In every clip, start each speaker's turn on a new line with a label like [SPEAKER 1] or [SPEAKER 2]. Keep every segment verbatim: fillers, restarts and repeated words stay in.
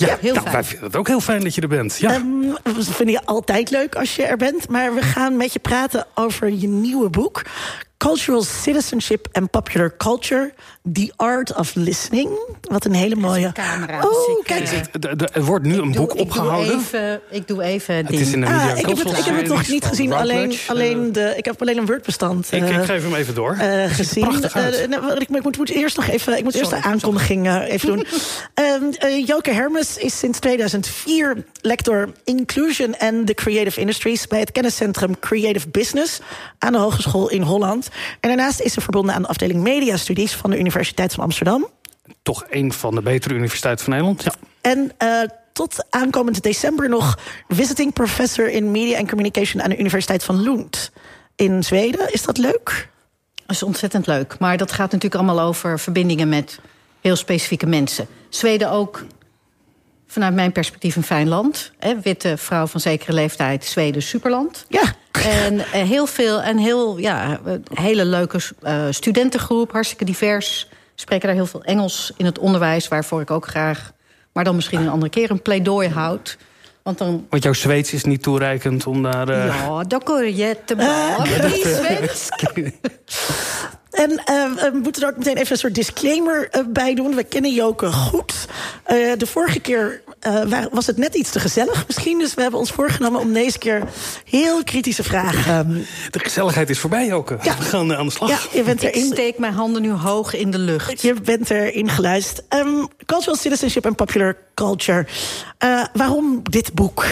[SPEAKER 1] Ja,
[SPEAKER 2] heel
[SPEAKER 1] nou,
[SPEAKER 2] fijn.
[SPEAKER 1] wij vinden het ook heel fijn dat je er bent. Ja.
[SPEAKER 3] Um, we vinden je altijd leuk als je er bent. Maar we gaan met je praten over je nieuwe boek. Cultural Citizenship and Popular Culture. The Art of Listening. Wat een hele mooie...
[SPEAKER 2] Camera.
[SPEAKER 3] Oh,
[SPEAKER 2] dus ik,
[SPEAKER 3] kijk.
[SPEAKER 2] uh,
[SPEAKER 1] Er, er, er wordt nu een
[SPEAKER 2] doe,
[SPEAKER 1] boek
[SPEAKER 2] ik
[SPEAKER 1] opgehouden.
[SPEAKER 2] Doe even, ik doe even
[SPEAKER 1] Het
[SPEAKER 2] ding.
[SPEAKER 1] is in de
[SPEAKER 3] Ah,
[SPEAKER 1] Media
[SPEAKER 3] ik, heb het,
[SPEAKER 1] Cultural
[SPEAKER 3] ik heb het nog
[SPEAKER 1] Series
[SPEAKER 3] niet
[SPEAKER 1] van
[SPEAKER 3] gezien. Alleen,
[SPEAKER 1] Routledge.
[SPEAKER 3] alleen de, ik heb alleen een Word-bestand
[SPEAKER 1] Ik,
[SPEAKER 3] uh,
[SPEAKER 1] ik geef hem even door.
[SPEAKER 3] uh,
[SPEAKER 1] Het ziet er
[SPEAKER 3] gezien.
[SPEAKER 1] prachtig uit.
[SPEAKER 3] Uh, nou, ik, ik moet, moet eerst nog even, ik moet eerst
[SPEAKER 2] Sorry,
[SPEAKER 3] de aankondiging uh, even doen. um, uh, Joke Hermes is sinds tweeduizend vier lector Inclusion and the Creative Industries bij het kenniscentrum Creative Business aan de Hogeschool in Holland. En daarnaast is ze verbonden aan de afdeling Media Studies van de Universiteit van Amsterdam.
[SPEAKER 1] Toch een van de betere universiteiten van Nederland. Ja.
[SPEAKER 3] En uh, tot aankomend december nog visiting professor in Media and Communication aan de Universiteit van Lund in Zweden. Is dat leuk?
[SPEAKER 2] Dat is ontzettend leuk. Maar dat gaat natuurlijk allemaal over verbindingen met heel specifieke mensen. Zweden ook, vanuit mijn perspectief, een fijn land. Hè, witte vrouw van zekere leeftijd, Zweden, superland.
[SPEAKER 3] Ja.
[SPEAKER 2] En uh, heel veel, en heel, ja, een hele leuke uh, studentengroep, hartstikke divers. Spreken daar heel veel Engels in het onderwijs, waarvoor ik ook graag, maar dan misschien een andere keer, een pleidooi houd. Want dan...
[SPEAKER 1] Want jouw Zweeds is niet toereikend om daar... Uh...
[SPEAKER 2] Ja, dat kun je jättebra. Die svensk.
[SPEAKER 3] En uh, we moeten er ook meteen even een soort disclaimer uh, bij doen. We kennen Joke goed. Uh, de vorige keer uh, was het net iets te gezellig misschien. Dus we hebben ons voorgenomen om deze keer heel kritische vragen... Um...
[SPEAKER 1] De gezelligheid is voorbij, Joke.
[SPEAKER 3] Ja.
[SPEAKER 1] We gaan uh, aan de slag.
[SPEAKER 3] Ja, je bent
[SPEAKER 2] Ik
[SPEAKER 3] erin...
[SPEAKER 2] steek mijn handen nu hoog in de lucht.
[SPEAKER 3] Je bent erin geluisterd. Um, Cultural Citizenship and Popular Culture. Uh, waarom dit boek?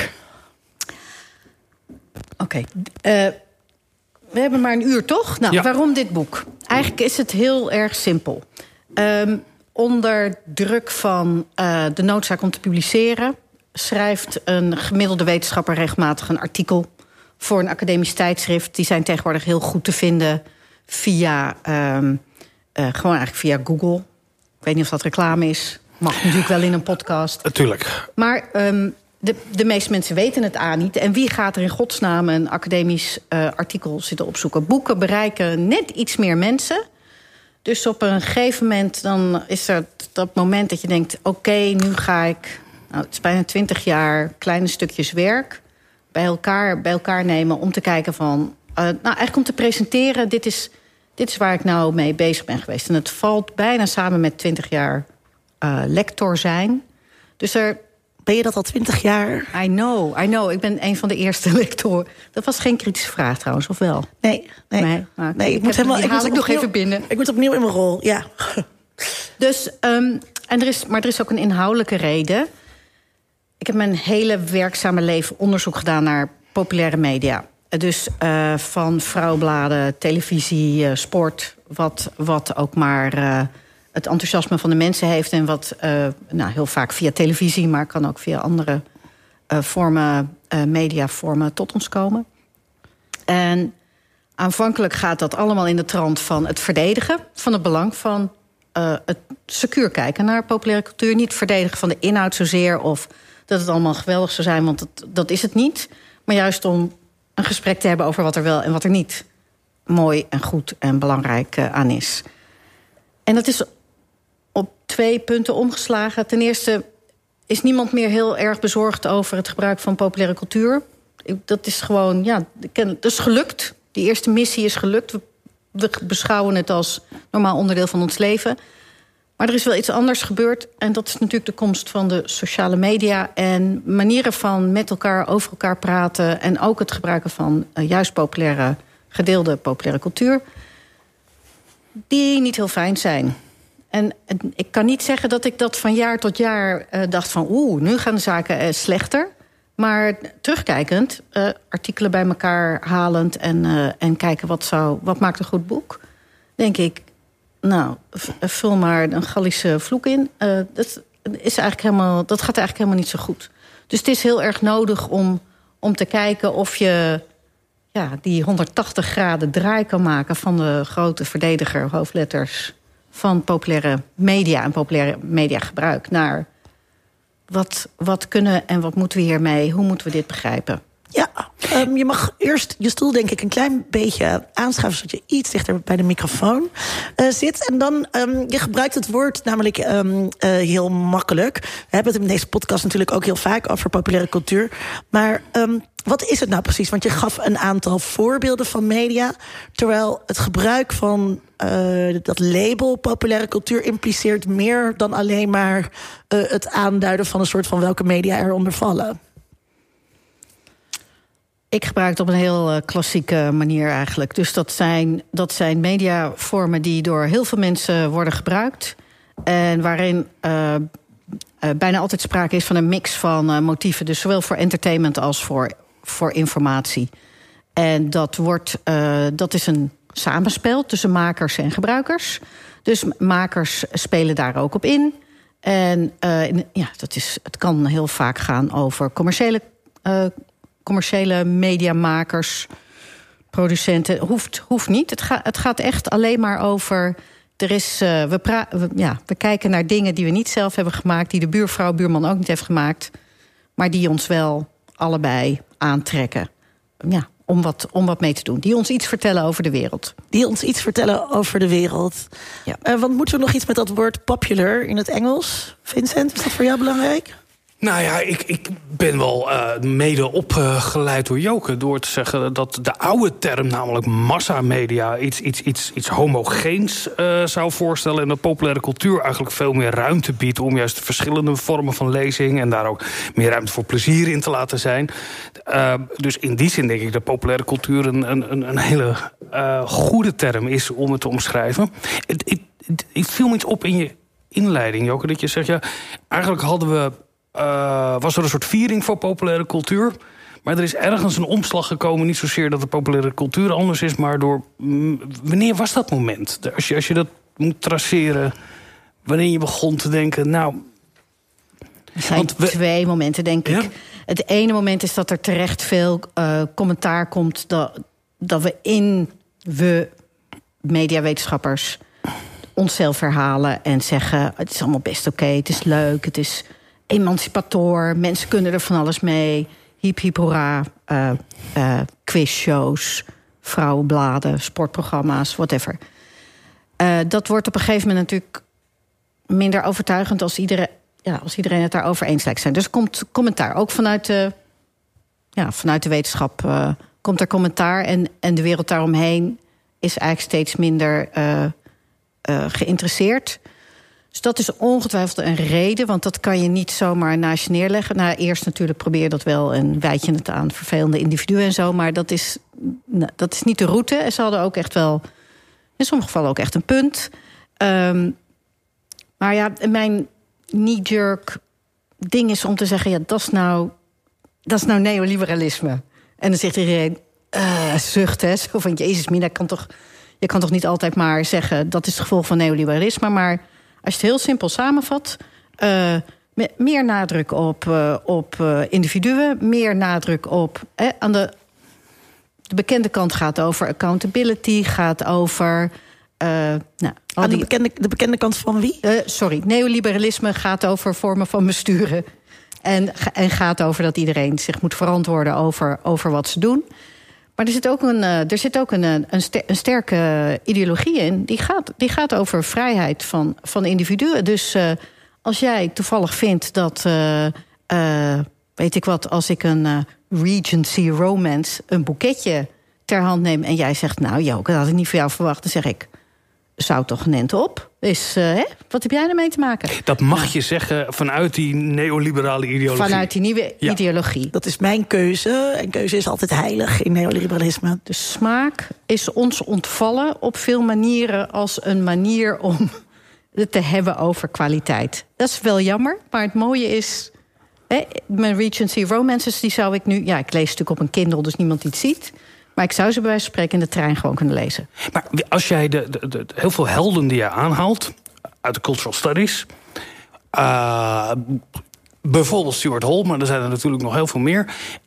[SPEAKER 2] Oké. Okay. Uh, we hebben maar een uur, toch? Nou,
[SPEAKER 1] ja.
[SPEAKER 2] Waarom dit boek? Eigenlijk is het heel erg simpel. Um, onder druk van uh, de noodzaak om te publiceren... schrijft een gemiddelde wetenschapper regelmatig een artikel... voor een academisch tijdschrift. Die zijn tegenwoordig heel goed te vinden via... Um, uh, gewoon eigenlijk via Google. Ik weet niet of dat reclame is. Mag natuurlijk wel in een podcast.
[SPEAKER 1] Natuurlijk.
[SPEAKER 2] Maar... Um, De, de meeste mensen weten het A niet. En wie gaat er in godsnaam een academisch uh, artikel zitten opzoeken? Boeken bereiken net iets meer mensen. Dus op een gegeven moment dan is er dat moment dat je denkt... oké, okay, nu ga ik, nou, het is bijna twintig jaar, kleine stukjes werk... bij elkaar, bij elkaar nemen om te kijken van... Uh, nou, eigenlijk om te presenteren, dit is, dit is waar ik nou mee bezig ben geweest. En het valt bijna samen met twintig jaar uh, lector zijn. Dus er...
[SPEAKER 3] Ben je dat al twintig jaar?
[SPEAKER 2] I know, I know. Ik ben een van de eerste lectoren. Dat was geen kritische vraag trouwens, of wel?
[SPEAKER 3] Nee, nee.
[SPEAKER 2] nee, nou,
[SPEAKER 3] nee ik,
[SPEAKER 2] ik
[SPEAKER 3] moet
[SPEAKER 2] heb,
[SPEAKER 3] helemaal.
[SPEAKER 2] ik moet
[SPEAKER 3] ik
[SPEAKER 2] nog
[SPEAKER 3] opnieuw,
[SPEAKER 2] even binnen.
[SPEAKER 3] Ik moet opnieuw in mijn rol, ja.
[SPEAKER 2] Dus, um, en er is, maar er is ook een inhoudelijke reden. Ik heb mijn hele werkzame leven onderzoek gedaan naar populaire media. Dus uh, van vrouwenbladen, televisie, uh, sport, wat, wat ook maar... Uh, het enthousiasme van de mensen heeft... en wat uh, nou, heel vaak via televisie, maar kan ook via andere uh, vormen, uh, mediavormen tot ons komen. En aanvankelijk gaat dat allemaal in de trant van het verdedigen van het belang van uh, het secuur kijken naar populaire cultuur. Niet verdedigen van de inhoud zozeer of dat het allemaal geweldig zou zijn, want dat, dat is het niet. Maar juist om een gesprek te hebben over wat er wel en wat er niet mooi en goed en belangrijk uh, aan is. En dat is op twee punten omgeslagen. Ten eerste is niemand meer heel erg bezorgd over het gebruik van populaire cultuur. Dat is gewoon, ja, dat is gelukt. Die eerste missie is gelukt. We, we beschouwen het als normaal onderdeel van ons leven. Maar er is wel iets anders gebeurd. En dat is natuurlijk de komst van de sociale media en manieren van met elkaar, over elkaar praten. En ook het gebruiken van uh, juist populaire, gedeelde populaire cultuur. Die niet heel fijn zijn. En, en ik kan niet zeggen dat ik dat van jaar tot jaar uh, dacht van oeh, nu gaan de zaken uh, slechter. Maar terugkijkend, uh, artikelen bij elkaar halend en, uh, en kijken wat, zou, wat maakt een goed boek, denk ik, nou, vul maar een Gallische vloek in. Uh, dat, is eigenlijk helemaal, dat gaat eigenlijk helemaal niet zo goed. Dus het is heel erg nodig om, om te kijken of je ja, die honderdtachtig graden draai kan maken van de grote verdediger, hoofdletters, van populaire media en populaire mediagebruik naar wat, wat kunnen en wat moeten we hiermee, hoe moeten we dit begrijpen?
[SPEAKER 3] Ja, um, je mag eerst je stoel denk ik een klein beetje aanschuiven, zodat je iets dichter bij de microfoon uh, zit. En dan, um, je gebruikt het woord namelijk um, uh, heel makkelijk. We hebben het in deze podcast natuurlijk ook heel vaak over populaire cultuur. Maar um, wat is het nou precies? Want je gaf een aantal voorbeelden van media, terwijl het gebruik van uh, dat label populaire cultuur impliceert meer dan alleen maar uh, het aanduiden van een soort van welke media eronder vallen.
[SPEAKER 2] Ik gebruik het op een heel uh, klassieke manier eigenlijk. Dus dat zijn, dat zijn mediavormen die door heel veel mensen worden gebruikt. En waarin uh, uh, bijna altijd sprake is van een mix van uh, motieven. Dus zowel voor entertainment als voor, voor informatie. En dat, wordt, uh, dat is een samenspel tussen makers en gebruikers. Dus makers spelen daar ook op in. En uh, ja, dat is, het kan heel vaak gaan over commerciële uh, commerciële mediamakers, producenten. Hoeft, hoeft niet. Het, ga, het gaat echt alleen maar over. Er is, uh, we, pra- we, ja, we kijken naar dingen die we niet zelf hebben gemaakt, die de buurvrouw, buurman ook niet heeft gemaakt, maar die ons wel allebei aantrekken. Ja, om wat, om wat mee te doen. Die ons iets vertellen over de wereld.
[SPEAKER 3] Die ons iets vertellen over de wereld.
[SPEAKER 2] Ja.
[SPEAKER 3] Uh, want moeten we nog iets met dat woord popular in het Engels? Vincent, is dat voor jou belangrijk?
[SPEAKER 1] Nou ja, ik, ik ben wel uh, mede opgeleid door Joke door te zeggen dat de oude term, namelijk massamedia, iets, iets, iets, iets homogeens uh, zou voorstellen. En dat populaire cultuur eigenlijk veel meer ruimte biedt om juist verschillende vormen van lezing en daar ook meer ruimte voor plezier in te laten zijn. Uh, dus in die zin denk ik dat populaire cultuur een, een, een hele uh, goede term is om het te omschrijven. Het, het, het, het viel me iets op in je inleiding, Joke, dat je zegt, ja, eigenlijk hadden we Uh, was er een soort viering voor populaire cultuur. Maar er is ergens een omslag gekomen. Niet zozeer dat de populaire cultuur anders is, maar door mm, wanneer was dat moment? Als je, als je dat moet traceren, wanneer je begon te denken, nou,
[SPEAKER 2] er zijn we, twee momenten, denk ja? ik. Het ene moment is dat er terecht veel uh, commentaar komt dat, dat we in we mediawetenschappers onszelf herhalen en zeggen, het is allemaal best oké, okay, het is leuk, het is emancipator, mensen kunnen er van alles mee. Hiep, hiep, hoera. Uh, uh, quizshows, vrouwenbladen, sportprogramma's, whatever. Uh, dat wordt op een gegeven moment natuurlijk minder overtuigend als iedereen, ja, als iedereen het daarover eens lijkt zijn. Dus er komt commentaar. Ook vanuit de, ja, vanuit de wetenschap uh, komt er commentaar. En, en de wereld daaromheen is eigenlijk steeds minder uh, uh, geïnteresseerd. Dus dat is ongetwijfeld een reden, want dat kan je niet zomaar naast je neerleggen. Nou, eerst natuurlijk probeer je dat wel en wijd je het aan vervelende individuen en zo, maar dat is, nou, dat is niet de route. En ze hadden ook echt wel, in sommige gevallen ook echt een punt. Um, maar ja, mijn knee-jerk ding is om te zeggen, ja, dat is nou, dat is nou neoliberalisme. En dan zegt iedereen, uh, zucht, hè, zo van, jezus, Mina, kan toch, je kan toch niet altijd maar zeggen, dat is het gevolg van neoliberalisme, maar als je het heel simpel samenvat, uh, meer nadruk op, uh, op uh, individuen, meer nadruk op... Eh, aan de, de bekende kant gaat over accountability, gaat over... Uh, nou, al
[SPEAKER 3] aan
[SPEAKER 2] die,
[SPEAKER 3] de, bekende, de bekende kant van wie?
[SPEAKER 2] Uh, sorry, neoliberalisme gaat over vormen van besturen. En, en gaat over dat iedereen zich moet verantwoorden over, over wat ze doen. Maar er zit ook een, uh, er zit ook een, een, ster, een sterke ideologie in. Die gaat, die gaat over vrijheid van, van individuen. Dus uh, als jij toevallig vindt dat... Uh, uh, weet ik wat, als ik een uh, Regency romance... een boeketje ter hand neem en jij zegt... nou Joke, dat had ik niet van jou verwacht. Dan zeg ik, zou toch nent op? Dus, uh, hè? Wat heb jij ermee te maken?
[SPEAKER 1] Dat mag nou, je zeggen vanuit die neoliberale ideologie.
[SPEAKER 2] Vanuit die nieuwe ja. ideologie.
[SPEAKER 3] Dat is mijn keuze. En keuze is altijd heilig in neoliberalisme.
[SPEAKER 2] De smaak is ons ontvallen op veel manieren... als een manier om het te hebben over kwaliteit. Dat is wel jammer, maar het mooie is... Hè, mijn Regency romances, die zou ik nu... ja, ik lees natuurlijk op een Kindle, dus niemand die het ziet... maar ik zou ze bij wijze van spreken in de trein gewoon kunnen lezen.
[SPEAKER 1] Maar als jij de, de, de heel veel helden die je aanhaalt... uit de cultural studies... Uh, bijvoorbeeld Stuart Hall, maar er zijn er natuurlijk nog heel veel meer...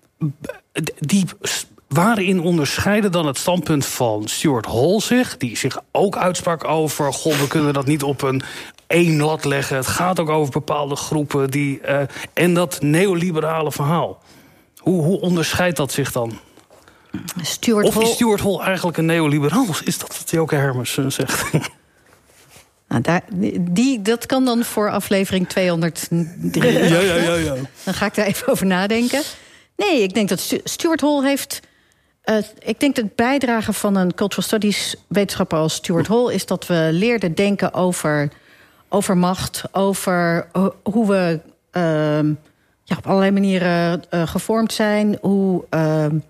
[SPEAKER 1] die waarin onderscheiden dan het standpunt van Stuart Hall zich... die zich ook uitsprak over... goh, we kunnen dat niet op een één lat leggen. Het gaat ook over bepaalde groepen. Die, uh, en dat neoliberale verhaal. Hoe, hoe onderscheidt dat zich dan?
[SPEAKER 2] Stuart
[SPEAKER 1] of
[SPEAKER 2] Hall...
[SPEAKER 1] is Stuart Hall eigenlijk een neoliberaal? Is dat wat Joke Hermers uh, zegt?
[SPEAKER 2] Nou, daar, die, dat kan dan voor aflevering tweehonderddrie.
[SPEAKER 1] Ja, ja, ja, ja.
[SPEAKER 2] Dan ga ik daar even over nadenken. Nee, ik denk dat Stuart Hall heeft... Uh, ik denk dat het bijdrage van een cultural studies wetenschapper als Stuart Hall... is dat we leerden denken over, over macht, over uh, hoe we uh, ja, op allerlei manieren uh, gevormd zijn. Hoe, uh, even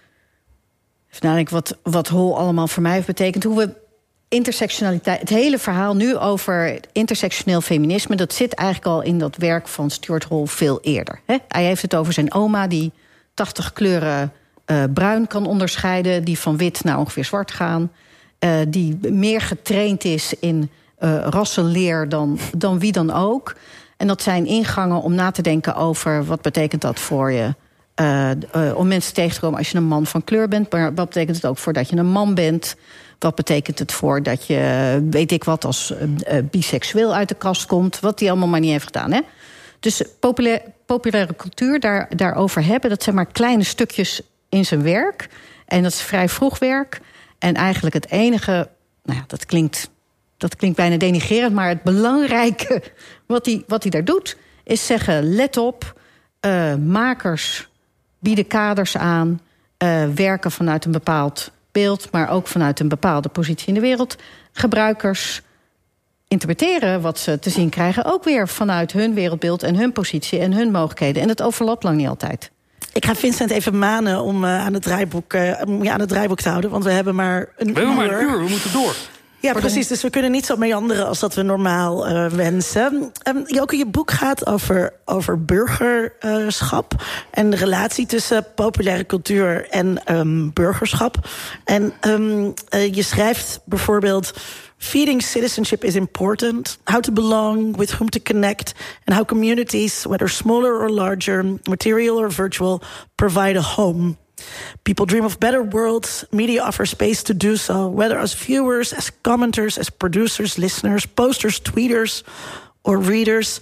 [SPEAKER 2] nadenken wat, wat Hall allemaal voor mij heeft betekend. Hoe we intersectionaliteit, het hele verhaal nu over intersectioneel feminisme... dat zit eigenlijk al in dat werk van Stuart Hall veel eerder. Hè? Hij heeft het over zijn oma die tachtig kleuren... Uh, bruin kan onderscheiden, die van wit naar ongeveer zwart gaan... Uh, die meer getraind is in uh, rassenleer dan, dan wie dan ook. En dat zijn ingangen om na te denken over... wat betekent dat voor je, uh, uh, om mensen tegen te komen als je een man van kleur bent... maar wat betekent het ook voor dat je een man bent? Wat betekent het voor dat je, weet ik wat, als uh, uh, biseksueel uit de kast komt? Wat die allemaal maar niet heeft gedaan, hè? Dus populair, populaire cultuur, daar, daarover hebben... dat zijn maar kleine stukjes... in zijn werk. En dat is vrij vroeg werk. En eigenlijk het enige... Nou ja, dat klinkt, dat klinkt bijna denigrerend... maar het belangrijke wat hij, wat hij daar doet... is zeggen, let op, uh, makers bieden kaders aan... Uh, werken vanuit een bepaald beeld... maar ook vanuit een bepaalde positie in de wereld. Gebruikers interpreteren wat ze te zien krijgen... ook weer vanuit hun wereldbeeld en hun positie en hun mogelijkheden. En dat overlapt lang niet altijd.
[SPEAKER 3] Ik ga Vincent even manen om uh, aan, het draaiboek, uh, om je aan het draaiboek te houden. Want we hebben maar een uur.
[SPEAKER 1] We hebben maar een uur, we moeten door.
[SPEAKER 3] Ja, Pardon. Precies. Dus we kunnen niet zo meanderen als dat we normaal uh, wensen. Um, Joke, je boek gaat over, over burgerschap... Uh, en de relatie tussen populaire cultuur en um, burgerschap. En um, uh, je schrijft bijvoorbeeld... Feeding citizenship is important. How to belong, with whom to connect... and how communities, whether smaller or larger... material or virtual, provide a home. People dream of better worlds. Media offers space to do so. Whether as viewers, as commenters, as producers, listeners... posters, tweeters or readers.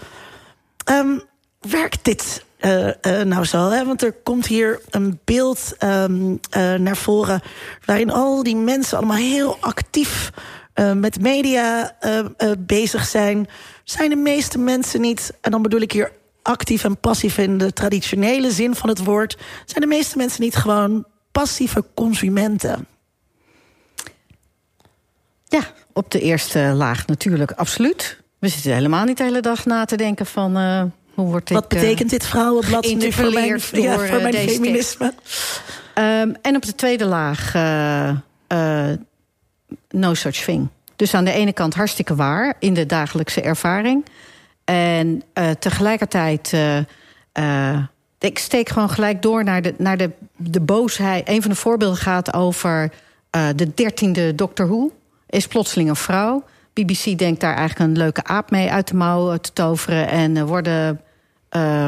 [SPEAKER 3] Um, werkt dit uh, uh, nou zo? Hè? Want er komt hier een beeld um, uh, naar voren... waarin al die mensen allemaal heel actief... Uh, met media uh, uh, bezig zijn. Zijn de meeste mensen niet... en dan bedoel ik hier actief en passief... in de traditionele zin van het woord... zijn de meeste mensen niet gewoon passieve consumenten? Ja, op de eerste laag natuurlijk, absoluut. We zitten helemaal niet de hele dag na te denken van... Uh, hoe wordt dit, wat betekent dit vrouwenblad nu voor mijn,
[SPEAKER 2] door,
[SPEAKER 3] ja, voor mijn feminisme?
[SPEAKER 2] Um, en op de tweede laag... Uh, uh, no such thing. Dus aan de ene kant hartstikke waar in de dagelijkse ervaring. En uh, tegelijkertijd... Uh, uh, ik steek gewoon gelijk door naar de, naar de, de boosheid. Een van de voorbeelden gaat over uh, de dertiende Doctor Who. Is plotseling een vrouw. B B C denkt daar eigenlijk een leuke aap mee uit de mouw te toveren. En uh, worden uh,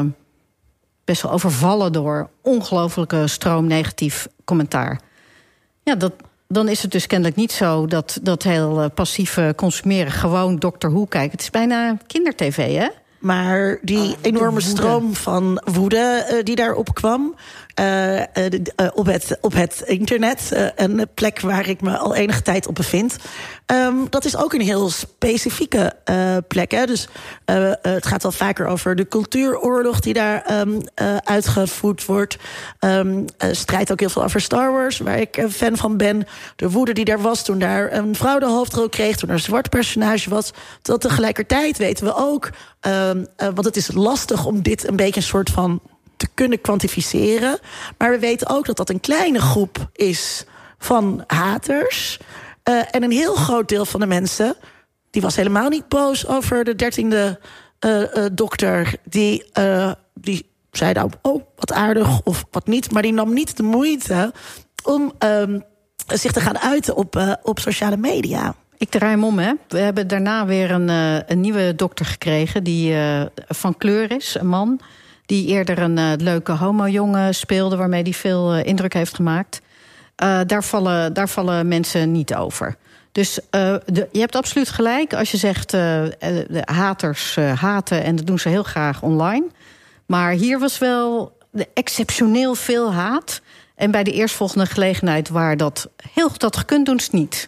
[SPEAKER 2] best wel overvallen door ongelofelijke stroom negatief commentaar. Ja, dat, dan is het dus kennelijk niet zo dat dat heel uh, passieve consumeren, gewoon Doctor Who kijken. Het is bijna kindertv, hè?
[SPEAKER 3] Maar die enorme stroom van woede uh, die daarop kwam, Uh, uh, uh, op, het, op het internet, uh, een plek waar ik me al enige tijd op bevind. Um, dat is ook een heel specifieke uh, plek. Hè? Dus uh, uh, het gaat wel vaker over de cultuuroorlog die daar um, uh, uitgevoerd wordt. Um, uh, strijdt ook heel veel over Star Wars, waar ik uh, fan van ben. De woede die daar was toen daar een vrouw de hoofdrol kreeg, toen er een zwart personage was. Tot tegelijkertijd weten we ook, um, uh, want het is lastig om dit een beetje een soort van te kunnen kwantificeren. Maar we weten ook dat dat een kleine groep is van haters. Uh, en een heel groot deel van de mensen, die was helemaal niet boos over de dertiende uh, uh, dokter. Die, uh, die zei nou, oh, wat aardig of wat niet. Maar die nam niet de moeite om uh, zich te gaan uiten op, uh, op sociale media.
[SPEAKER 2] Ik draai hem om, hè. We hebben daarna weer een, uh, een nieuwe dokter gekregen die uh, van kleur is, een man die eerder een uh, leuke homo-jongen speelde, waarmee hij veel uh, indruk heeft gemaakt. Uh, daar, vallen, daar vallen mensen niet over. Dus uh, de, je hebt absoluut gelijk als je zegt, uh, de haters uh, haten en dat doen ze heel graag online. Maar hier was wel exceptioneel veel haat. En bij de eerstvolgende gelegenheid waar dat heel goed had gekund, doen ze het niet.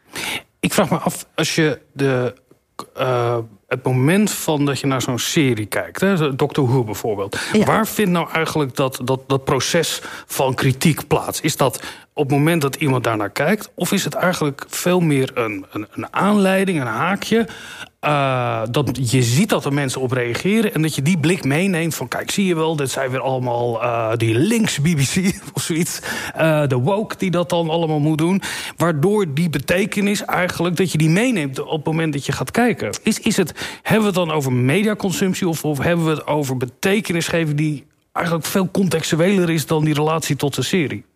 [SPEAKER 1] Ik vraag me af, als je de Uh, het moment van dat je naar zo'n serie kijkt, hè, Doctor Who bijvoorbeeld, ja. Waar vindt nou eigenlijk dat, dat, dat proces van kritiek plaats? Is dat op het moment dat iemand daarnaar kijkt, of is het eigenlijk veel meer een, een, een aanleiding, een haakje, uh, dat je ziet dat er mensen op reageren en dat je die blik meeneemt van, kijk, zie je wel, dit zijn weer allemaal uh, die links B B C of zoiets, uh, de woke die dat dan allemaal moet doen, waardoor die betekenis eigenlijk, dat je die meeneemt op het moment dat je gaat kijken. Is, is het, hebben we het dan over mediaconsumptie of, of hebben we het over betekenisgeving die eigenlijk veel contextueler is dan die relatie tot de serie?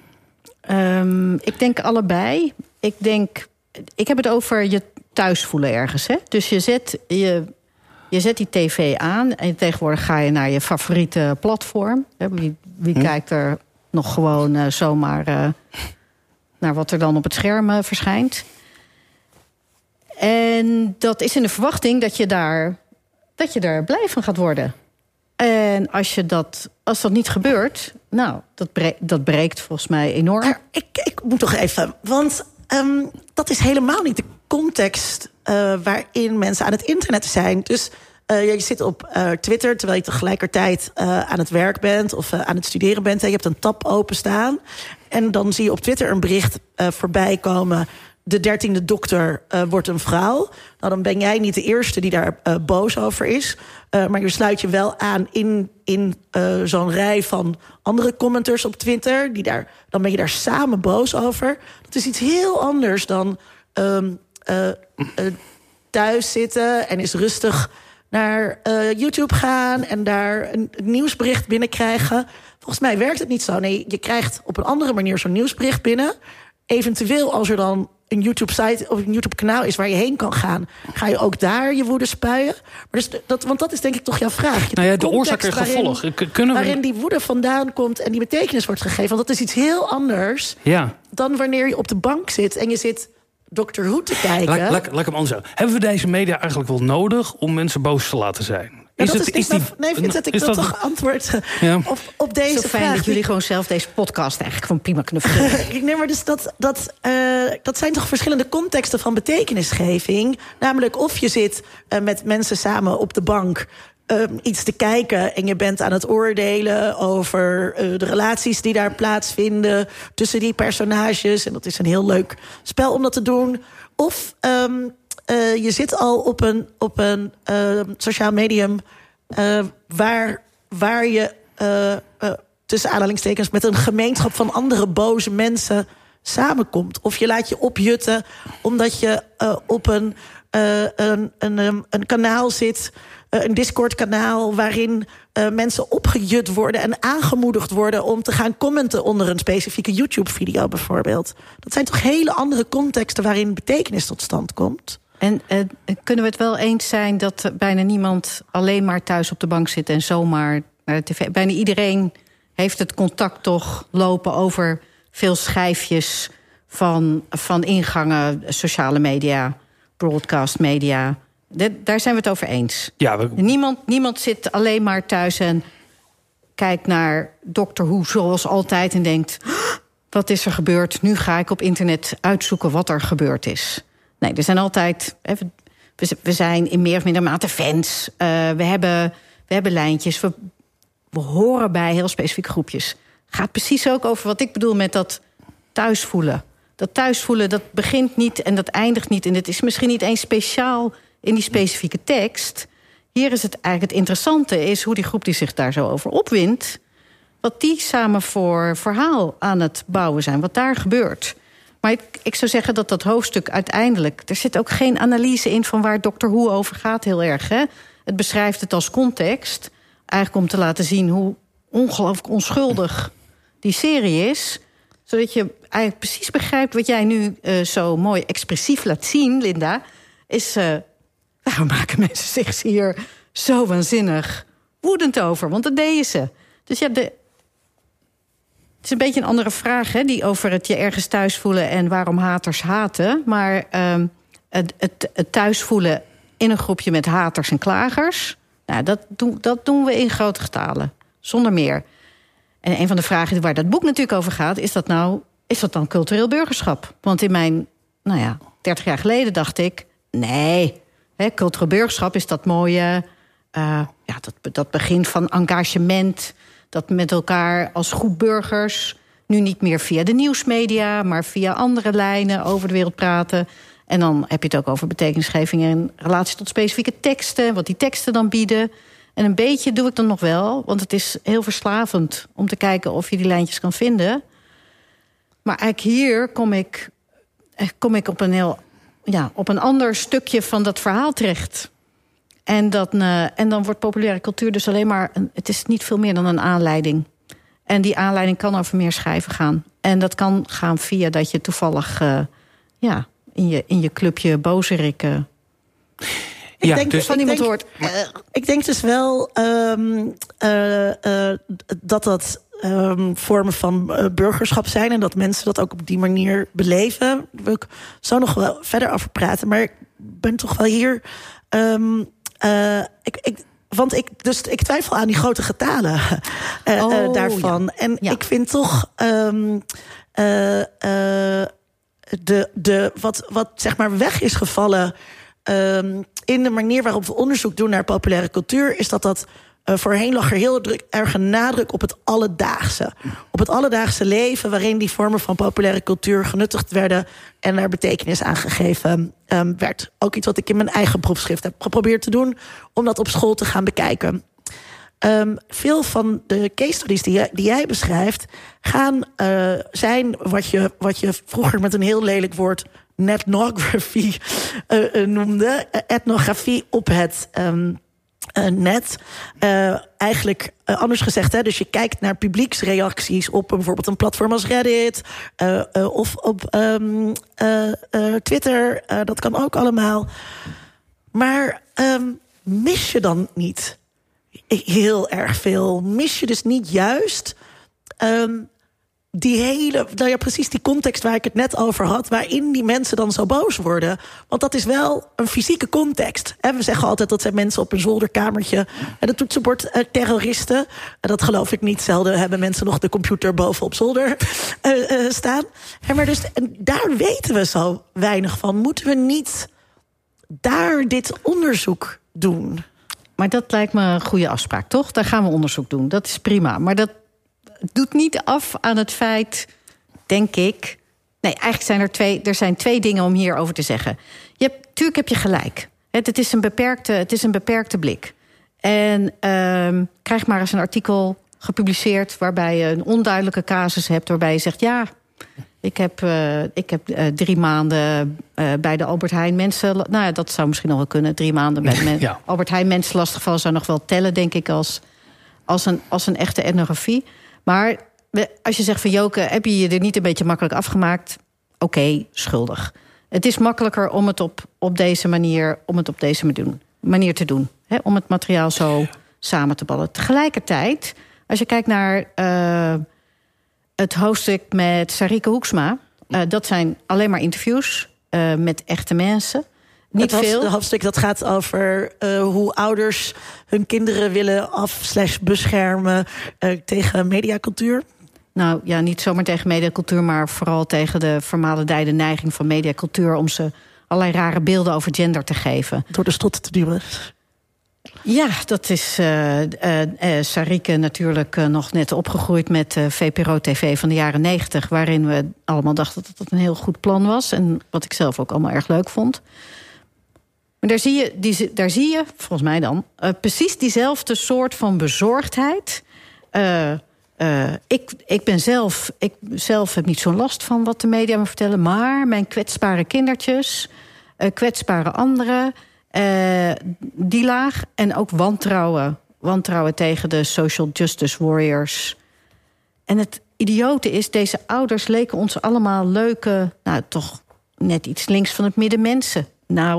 [SPEAKER 2] Um, ik denk allebei. Ik denk, ik heb het over je thuis voelen ergens. Hè? Dus je zet, je, je zet die tv aan en tegenwoordig ga je naar je favoriete platform. Wie, wie hm. kijkt er nog gewoon uh, zomaar uh, naar wat er dan op het scherm uh, verschijnt? En dat is in de verwachting dat je daar, dat je daar blij van gaat worden. En als, je dat, als dat niet gebeurt, nou, dat, bre- dat breekt volgens mij enorm.
[SPEAKER 3] Maar ik, ik moet toch even, want um, dat is helemaal niet de context uh, waarin mensen aan het internet zijn. Dus uh, je zit op uh, Twitter terwijl je tegelijkertijd uh, aan het werk bent of uh, aan het studeren bent. En je hebt een tab openstaan en dan zie je op Twitter een bericht uh, voorbij komen. De dertiende dokter uh, wordt een vrouw. Nou, dan ben jij niet de eerste die daar uh, boos over is. Uh, maar je sluit je wel aan in, in uh, zo'n rij van andere commenters op Twitter. Die daar, dan ben je daar samen boos over. Dat is iets heel anders dan um, uh, uh, thuis zitten en eens rustig naar uh, YouTube gaan en daar een nieuwsbericht binnenkrijgen. Volgens mij werkt het niet zo. Nee, je krijgt op een andere manier zo'n nieuwsbericht binnen. Eventueel als er dan een YouTube-site of een YouTube-kanaal is waar je heen kan gaan, ga je ook daar je woede spuien. Maar dus dat, want dat is denk ik toch jouw vraag.
[SPEAKER 1] Nou ja, de oorzaak en gevolg.
[SPEAKER 3] Waarin,
[SPEAKER 1] Kunnen we...
[SPEAKER 3] waarin die woede vandaan komt en die betekenis wordt gegeven. Want dat is iets heel anders
[SPEAKER 1] ja.
[SPEAKER 3] dan wanneer je op de bank zit en je zit Doctor Who te kijken.
[SPEAKER 1] Laat, laat, laat ik hem anders zeggen. Hebben we deze media eigenlijk wel nodig om mensen boos te laten zijn?
[SPEAKER 3] Ja,
[SPEAKER 1] is
[SPEAKER 3] dat
[SPEAKER 1] het,
[SPEAKER 3] is, is die, nee, Vincent, ik wil dat... toch antwoord ja. op, op deze
[SPEAKER 2] Zo
[SPEAKER 3] vraag.
[SPEAKER 2] fijn dat jullie gewoon zelf deze podcast eigenlijk van prima knuffelen.
[SPEAKER 3] Nee, maar dus dat, dat, uh, dat zijn toch verschillende contexten van betekenisgeving. Namelijk of je zit uh, met mensen samen op de bank Uh, iets te kijken en je bent aan het oordelen over uh, de relaties die daar plaatsvinden tussen die personages. En dat is een heel leuk spel om dat te doen. Of um, uh, je zit al op een, op een uh, sociaal medium uh, waar, waar je uh, uh, tussen aanhalingstekens met een gemeenschap van andere boze mensen samenkomt. Of je laat je opjutten omdat je uh, op een, uh, een, een, een, een kanaal zit, uh, een Discord-kanaal waarin uh, mensen opgejut worden en aangemoedigd worden om te gaan commenten onder een specifieke YouTube-video bijvoorbeeld. Dat zijn toch hele andere contexten waarin betekenis tot stand komt?
[SPEAKER 2] En uh, kunnen we het wel eens zijn dat uh, bijna niemand alleen maar thuis op de bank zit en zomaar naar de tv... Bijna iedereen heeft het contact toch lopen over veel schijfjes van, van ingangen, sociale media, broadcast media. De, daar zijn we het over eens.
[SPEAKER 1] Ja, we...
[SPEAKER 2] niemand, niemand zit alleen maar thuis en kijkt naar Doctor Who zoals altijd en denkt, wat is er gebeurd? Nu ga ik op internet uitzoeken wat er gebeurd is. Nee, er zijn altijd... We zijn in meer of minder mate fans. Uh, we, hebben, we hebben lijntjes. We, we horen bij heel specifieke groepjes. Gaat precies ook over wat ik bedoel met dat thuisvoelen. Dat thuisvoelen, dat begint niet en dat eindigt niet. En het is misschien niet eens speciaal in die specifieke tekst. Hier is het eigenlijk het interessante is hoe die groep die zich daar zo over opwindt, wat die samen voor verhaal aan het bouwen zijn. Wat daar gebeurt. Maar ik, ik zou zeggen dat dat hoofdstuk uiteindelijk... er zit ook geen analyse in van waar Doctor Who over gaat heel erg. Hè? Het beschrijft het als context. Eigenlijk om te laten zien hoe ongelooflijk onschuldig die serie is. Zodat je eigenlijk precies begrijpt wat jij nu uh, zo mooi expressief laat zien, Linda. Is, uh, waarom maken mensen zich hier zo waanzinnig woedend over? Want dat deden ze. Dus ja, de... Het is een beetje een andere vraag, hè, die over het je ergens thuis voelen en waarom haters haten. Maar uh, het, het, het thuis voelen in een groepje met haters en klagers, nou, dat, doen, dat doen we in grote getalen, zonder meer. En een van de vragen waar dat boek natuurlijk over gaat, is dat nou, is dat dan cultureel burgerschap? Want in mijn, nou ja, dertig jaar geleden dacht ik, nee, hè, cultureel burgerschap is dat mooie, uh, ja, dat, dat begin van engagement, dat met elkaar als groep burgers, nu niet meer via de nieuwsmedia, maar via andere lijnen over de wereld praten. En dan heb je het ook over betekenisgeving in relatie tot specifieke teksten, wat die teksten dan bieden. En een beetje doe ik dan nog wel, want het is heel verslavend om te kijken of je die lijntjes kan vinden. Maar eigenlijk hier kom ik, kom ik op een heel, ja, op een ander stukje van dat verhaal terecht. En, dat, uh, en dan wordt populaire cultuur dus alleen maar, een, het is niet veel meer dan een aanleiding. En die aanleiding kan over meer schrijven gaan. En dat kan gaan via dat je toevallig uh, ja, in, je, in je clubje bozerikken
[SPEAKER 3] Ik
[SPEAKER 1] ja,
[SPEAKER 3] denk
[SPEAKER 1] dus
[SPEAKER 3] van iemand hoort. Uh, ik denk dus wel um, uh, uh, dat dat um, vormen van uh, burgerschap zijn en dat mensen dat ook op die manier beleven. Daar wil ik zo nog wel verder over praten. Maar ik ben toch wel hier. Um, uh, ik, ik, want ik, dus, ik twijfel aan die grote getalen uh, oh, uh, daarvan. Ja. En ja. ik vind toch um, uh, uh, de, de, wat, wat zeg maar weg is gevallen Um, in de manier waarop we onderzoek doen naar populaire cultuur, is dat dat uh, voorheen lag er heel druk, erg een nadruk op het alledaagse. Op het alledaagse leven, waarin die vormen van populaire cultuur genuttigd werden en er betekenis aangegeven um, werd. Ook iets wat ik in mijn eigen proefschrift heb geprobeerd te doen, om dat op school te gaan bekijken. Um, veel van de case studies die jij, die jij beschrijft gaan uh, zijn wat je, wat je vroeger met een heel lelijk woord netnography uh, uh, noemde. Uh, etnografie op het um, uh, net. Uh, eigenlijk uh, anders gezegd, hè, dus je kijkt naar publieksreacties op uh, bijvoorbeeld een platform als Reddit uh, uh, of op um, uh, uh, Twitter. Uh, dat kan ook allemaal. Maar um, mis je dan niet heel erg veel? Mis je dus niet juist Um, die hele, nou ja, precies die context waar ik het net over had, waarin die mensen dan zo boos worden. Want dat is wel een fysieke context. We zeggen altijd dat zijn mensen op een zolderkamertje en het toetsenbord uh, terroristen. En dat geloof ik niet. Zelden hebben mensen nog de computer boven op zolder uh, uh, staan. En maar dus, en daar weten we zo weinig van. Moeten we niet daar dit onderzoek doen?
[SPEAKER 2] Maar dat lijkt me een goede afspraak, toch? Daar gaan we onderzoek doen. Dat is prima. Maar dat doet niet af aan het feit, denk ik. Nee, eigenlijk zijn er twee, er zijn twee dingen om hierover te zeggen. Je hebt, tuurlijk heb je gelijk. Het, het, is een beperkte, het is een beperkte blik. En uh, krijg maar eens een artikel gepubliceerd waarbij je een onduidelijke casus hebt, waarbij je zegt, ja, ik heb, uh, ik heb uh, drie maanden uh, bij de Albert Heijn mensen. Nou ja, dat zou misschien nog wel kunnen. Drie maanden bij men, ja. Albert Heijn mensen lastiggevallen zou nog wel tellen, denk ik, als, als, een, als een echte etnografie. Maar als je zegt van Joke, heb je je er niet een beetje makkelijk afgemaakt? Oké, okay, schuldig. Het is makkelijker om het op, op deze manier, om het op deze manier te doen. Hè, om het materiaal zo samen te ballen. Tegelijkertijd, als je kijkt naar uh, het hoofdstuk met Sarike Hoeksma, Uh, dat zijn alleen maar interviews uh, met echte mensen. Niet
[SPEAKER 3] het
[SPEAKER 2] veel.
[SPEAKER 3] Het hoofdstuk dat gaat over uh, hoe ouders hun kinderen willen af slash beschermen uh, tegen mediacultuur.
[SPEAKER 2] Nou ja, niet zomaar tegen mediacultuur, maar vooral tegen de vermalendijde neiging van mediacultuur om ze allerlei rare beelden over gender te geven.
[SPEAKER 3] Door de strot te duwen.
[SPEAKER 2] Ja, dat is uh, uh, uh, Sarike natuurlijk uh, nog net opgegroeid met uh, V P R O T V van de jaren negentig, waarin we allemaal dachten dat het een heel goed plan was. En wat ik zelf ook allemaal erg leuk vond. Maar daar zie je, die, daar zie je volgens mij dan, uh, precies diezelfde soort van bezorgdheid. Uh, uh, ik, ik ben zelf, ik zelf heb niet zo'n last van wat de media me vertellen, maar mijn kwetsbare kindertjes, uh, kwetsbare anderen, Uh, die laag en ook wantrouwen. Wantrouwen tegen de social justice warriors. En het idiote is, deze ouders leken ons allemaal leuke, nou toch net iets links van het midden mensen. Nou,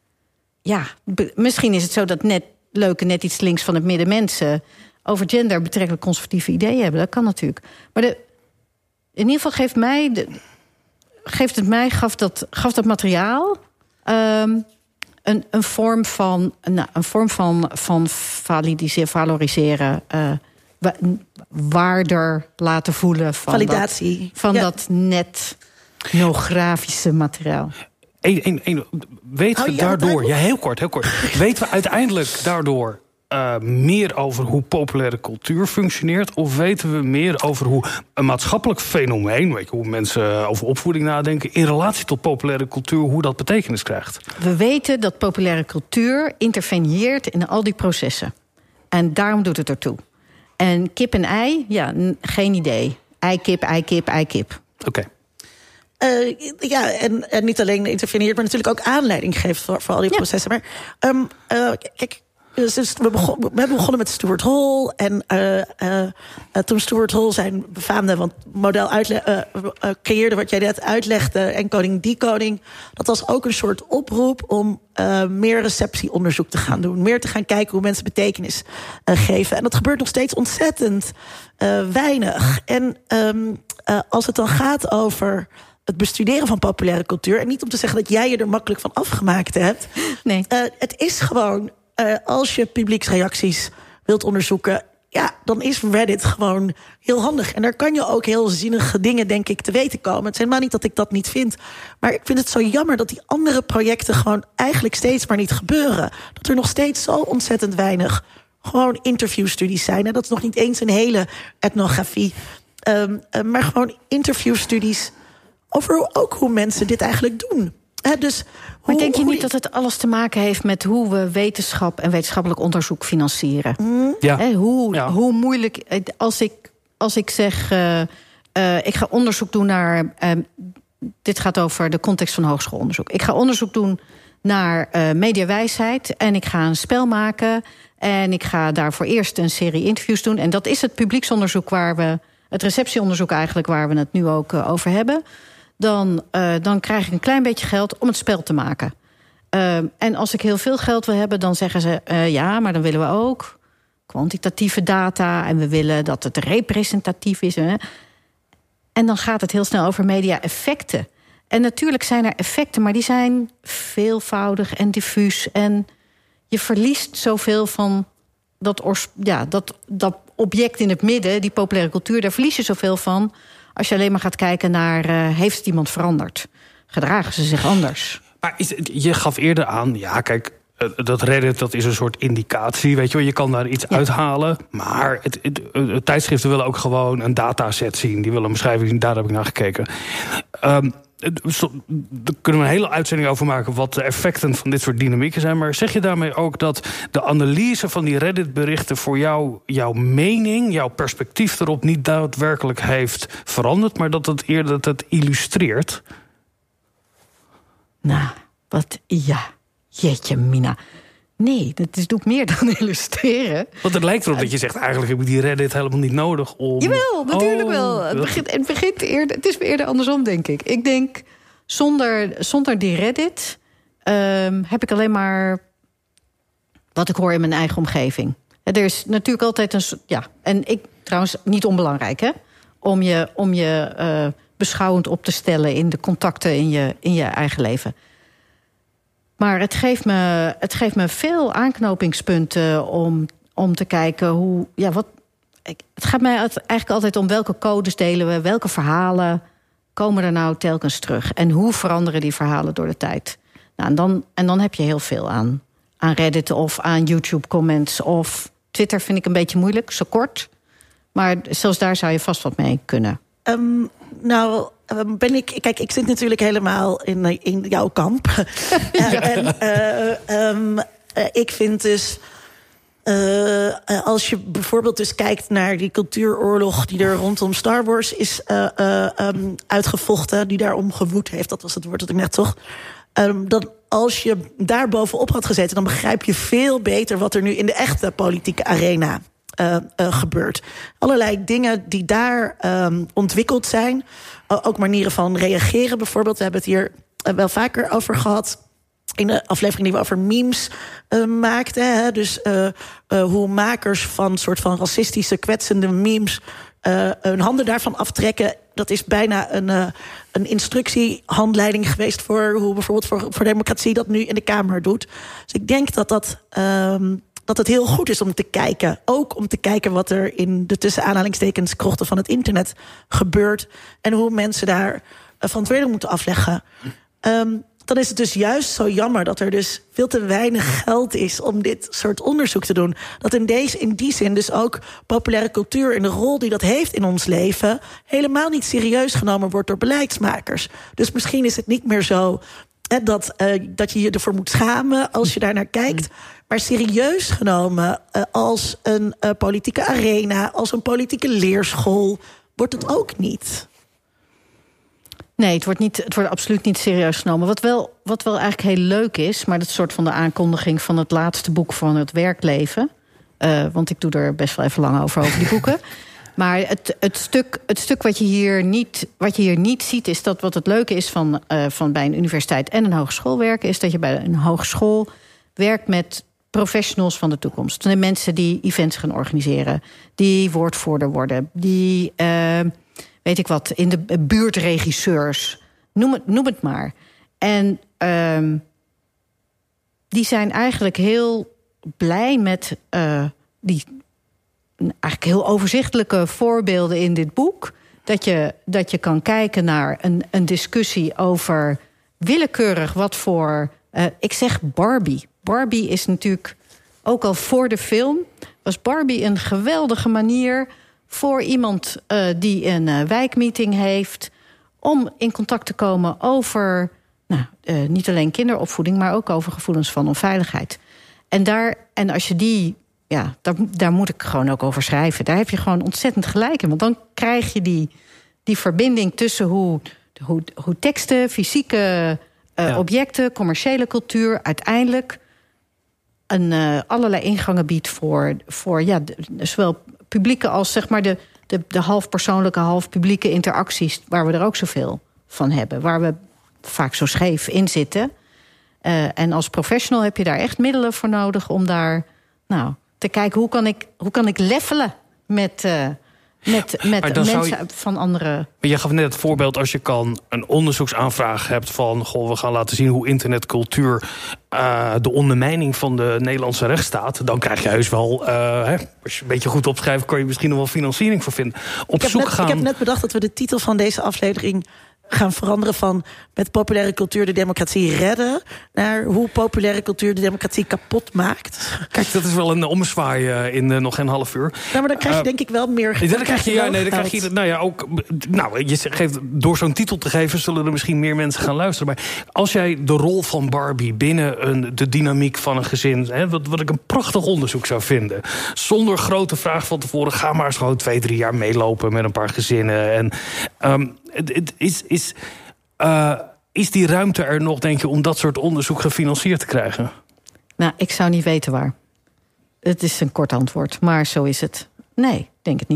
[SPEAKER 2] ja, be- misschien is het zo dat net leuke net iets links van het midden mensen over gender betrekkelijk conservatieve ideeën hebben. Dat kan natuurlijk. Maar de, in ieder geval geeft mij, de, geeft het mij, gaf dat, gaf dat materiaal Um, Een, een vorm van, nou, een vorm van, van validiseren, valoriseren, uh, wa- waarder laten voelen van
[SPEAKER 3] Validatie.
[SPEAKER 2] dat, van
[SPEAKER 3] ja.
[SPEAKER 2] dat net etnografische materiaal.
[SPEAKER 1] Eén, één, één, weten we
[SPEAKER 3] Oh, ja,
[SPEAKER 1] daardoor, ja, heel kort, heel kort. Weten we uiteindelijk daardoor uh, meer over hoe populaire cultuur functioneert? Of weten we meer over hoe een maatschappelijk fenomeen, weet je, hoe mensen over opvoeding nadenken, in relatie tot populaire cultuur, hoe dat betekenis krijgt?
[SPEAKER 2] We weten dat populaire cultuur interveneert in al die processen. En daarom doet het ertoe. En kip en ei, ja, n- geen idee. Ei-kip, ei-kip, ei-kip.
[SPEAKER 1] Oké. Okay.
[SPEAKER 3] Uh, ja, en, en niet alleen interveneert, maar natuurlijk ook aanleiding geeft voor, voor al die
[SPEAKER 2] ja.
[SPEAKER 3] processen. Maar um, uh, kijk, dus we, begon, we hebben begonnen met Stuart Hall. En uh, uh, uh, toen Stuart Hall zijn befaamde want model uitle- uh, uh, creëerde, wat jij net uitlegde, en Koning die Koning, dat was ook een soort oproep om uh, meer receptieonderzoek te gaan doen. Meer te gaan kijken hoe mensen betekenis uh, geven. En dat gebeurt nog steeds ontzettend uh, weinig. En um, uh, als het dan gaat over het bestuderen van populaire cultuur, en niet om te zeggen dat jij je er makkelijk van afgemaakt hebt.
[SPEAKER 2] Nee.
[SPEAKER 3] Uh, het is gewoon, uh, als je publieksreacties wilt onderzoeken, ja, dan is Reddit gewoon heel handig. En daar kan je ook heel zinnige dingen, denk ik, te weten komen. Het is helemaal niet dat ik dat niet vind. Maar ik vind het zo jammer dat die andere projecten gewoon eigenlijk steeds maar niet gebeuren. Dat er nog steeds zo ontzettend weinig gewoon interviewstudies zijn. En dat is nog niet eens een hele etnografie. Um, uh, maar gewoon interviewstudies over ook hoe mensen dit eigenlijk doen. He, dus
[SPEAKER 2] maar
[SPEAKER 3] hoe,
[SPEAKER 2] denk je
[SPEAKER 3] hoe
[SPEAKER 2] niet
[SPEAKER 3] die...
[SPEAKER 2] dat het alles te maken heeft met hoe we wetenschap en wetenschappelijk onderzoek financieren?
[SPEAKER 3] Mm.
[SPEAKER 1] Ja.
[SPEAKER 2] He, hoe,
[SPEAKER 1] ja.
[SPEAKER 2] hoe moeilijk, als ik, als ik zeg, uh, uh, ik ga onderzoek doen naar, uh, dit gaat over de context van hogeschoolonderzoek. Ik ga onderzoek doen naar uh, mediawijsheid en ik ga een spel maken en ik ga daarvoor eerst een serie interviews doen. En dat is het publieksonderzoek waar we, het receptieonderzoek eigenlijk waar we het nu ook uh, over hebben. Dan, uh, dan krijg ik een klein beetje geld om het spel te maken. Uh, en als ik heel veel geld wil hebben, dan zeggen ze, Uh, ja, maar dan willen we ook kwantitatieve data en we willen dat het representatief is. Hè? En dan gaat het heel snel over media-effecten. En natuurlijk zijn er effecten, maar die zijn veelvoudig en diffuus. En je verliest zoveel van dat, ors- ja, dat, dat object in het midden, die populaire cultuur, daar verlies je zoveel van als je alleen maar gaat kijken naar, uh, heeft het iemand veranderd? Gedragen ze zich anders?
[SPEAKER 1] Maar is, je gaf eerder aan, ja, kijk, dat Reddit, dat is een soort indicatie, weet je wel. Je kan daar iets ja. uithalen, maar het, het, het, het tijdschriften willen ook gewoon een dataset zien. Die willen een beschrijving zien, daar heb ik naar gekeken. Um, Daar kunnen we een hele uitzending over maken wat de effecten van dit soort dynamieken zijn. Maar zeg je daarmee ook dat de analyse van die Reddit-berichten voor jou, jouw mening, jouw perspectief erop niet daadwerkelijk heeft veranderd, maar dat het eerder dat het illustreert?
[SPEAKER 2] Nou, wat, ja, jeetje mina. Nee, dat is, doet meer dan illustreren.
[SPEAKER 1] Want het lijkt erop dat je zegt, eigenlijk heb ik die Reddit helemaal niet nodig om...
[SPEAKER 2] Jawel, natuurlijk
[SPEAKER 1] oh,
[SPEAKER 2] wel. Het begint, het begint eerder, het is eerder andersom, denk ik. Ik denk, zonder, zonder die Reddit um, heb ik alleen maar wat ik hoor in mijn eigen omgeving. Er is natuurlijk altijd een... Ja, en ik trouwens niet onbelangrijk, hè? Om je, om je uh, beschouwend op te stellen in de contacten in je, in je eigen leven. Maar het geeft me, het geeft me veel aanknopingspunten om, om te kijken hoe... Ja, wat, ik, het gaat mij eigenlijk altijd om welke codes delen we, welke verhalen komen er nou telkens terug. En hoe veranderen die verhalen door de tijd? Nou, en, dan, en dan heb je heel veel aan, aan Reddit of aan YouTube-comments of Twitter vind ik een beetje moeilijk, zo kort. Maar zelfs daar zou je vast wat mee kunnen.
[SPEAKER 3] Um, nou, ben ik... Kijk, ik zit natuurlijk helemaal in, in jouw kamp. ja. En uh, um, uh, ik vind dus... Uh, als je bijvoorbeeld dus kijkt naar die cultuuroorlog die er rondom Star Wars is uh, uh, um, uitgevochten, die daarom gewoed heeft, dat was het woord dat ik net toch. Um, dat als je daar bovenop had gezeten, dan begrijp je veel beter wat er nu in de echte politieke arena uh, uh, gebeurt. Allerlei dingen die daar um, ontwikkeld zijn, uh, ook manieren van reageren bijvoorbeeld. We hebben het hier uh, wel vaker over gehad in de aflevering die we over memes uh, maakten. Hè? Dus uh, uh, hoe makers van soort van racistische, kwetsende memes uh, hun handen daarvan aftrekken. Dat is bijna een, uh, een instructiehandleiding geweest voor hoe bijvoorbeeld voor, voor democratie dat nu in de Kamer doet. Dus ik denk dat dat, um, dat het heel goed is om te kijken. Ook om te kijken wat er in de tussen aanhalingstekens krochten van het internet gebeurt. En hoe mensen daar uh, verantwoording moeten afleggen. Um, dan is het dus juist zo jammer dat er dus veel te weinig geld is om dit soort onderzoek te doen. Dat in, deze, in die zin dus ook populaire cultuur en de rol die dat heeft in ons leven helemaal niet serieus genomen wordt door beleidsmakers. Dus misschien is het niet meer zo hè, dat, uh, dat je je ervoor moet schamen als je daar naar kijkt. Maar serieus genomen uh, als een uh, politieke arena, als een politieke leerschool, wordt het ook niet.
[SPEAKER 2] Nee, het wordt, niet, het wordt absoluut niet serieus genomen. Wat wel, wat wel eigenlijk heel leuk is, maar dat is soort van de aankondiging van het laatste boek van het werkleven. Uh, want ik doe er best wel even lang over, over die boeken. Maar het, het, stuk, het stuk wat je, hier niet, wat je hier niet ziet, is dat wat het leuke is van, uh, van bij een universiteit en een hogeschool werken, is dat je bij een hogeschool werkt met professionals van de toekomst. De mensen die events gaan organiseren, die woordvoerder worden, die Uh, weet ik wat, in de buurtregisseurs. Noem het, noem het maar. En um, die zijn eigenlijk heel blij met uh, die eigenlijk heel overzichtelijke voorbeelden in dit boek. Dat je, dat je kan kijken naar een, een discussie over willekeurig wat voor Uh, ik zeg Barbie. Barbie is natuurlijk, ook al voor de film, was Barbie een geweldige manier voor iemand uh, die een uh, wijkmeeting heeft, om in contact te komen over nou, uh, niet alleen kinderopvoeding, maar ook over gevoelens van onveiligheid. En, daar, en als je die, ja, daar, daar moet ik gewoon ook over schrijven. Daar heb je gewoon ontzettend gelijk in. Want dan krijg je die, die verbinding tussen hoe, hoe, hoe teksten, fysieke uh, ja. objecten, commerciële cultuur uiteindelijk een, uh, allerlei ingangen biedt voor, voor ja, de, zowel publieke als zeg maar de, de, de half persoonlijke, half publieke interacties, waar we er ook zoveel van hebben, waar we vaak zo scheef in zitten. Uh, en als professional heb je daar echt middelen voor nodig om daar nou, te kijken hoe kan ik, hoe kan ik levelen met, uh, met, met mensen je, van andere.
[SPEAKER 1] Maar je gaf net het voorbeeld, als je kan een onderzoeksaanvraag hebt van goh, we gaan laten zien hoe internetcultuur uh, de ondermijning van de Nederlandse rechtsstaat, dan krijg je heus wel, uh, hè, als je een beetje goed opschrijft, kan je misschien nog wel financiering voor vinden. Op
[SPEAKER 3] ik,
[SPEAKER 1] zoek
[SPEAKER 3] heb net,
[SPEAKER 1] gaan...
[SPEAKER 3] ik heb net bedacht dat we de titel van deze aflevering gaan veranderen van met populaire cultuur de democratie redden naar hoe populaire cultuur de democratie kapot maakt.
[SPEAKER 1] Kijk, dat is wel een ommezwaai in uh, nog geen half uur.
[SPEAKER 3] Nou, maar dan krijg je uh, denk ik wel meer.
[SPEAKER 1] Dan, dan krijg je, ja, nee, dan krijg je, nou ja, ook, nou, je geeft, door zo'n titel te geven, zullen er misschien meer mensen gaan luisteren. Maar als jij de rol van Barbie binnen een, de dynamiek van een gezin, hè, wat, wat ik een prachtig onderzoek zou vinden, zonder grote vraag van tevoren, ga maar eens gewoon twee, drie jaar meelopen met een paar gezinnen. En um, het, het is, is, uh, is die ruimte er nog, denk je, om dat soort onderzoek gefinancierd te krijgen?
[SPEAKER 2] Nou, ik zou niet weten waar. Het is een kort antwoord, maar zo is het. Nee, denk het niet.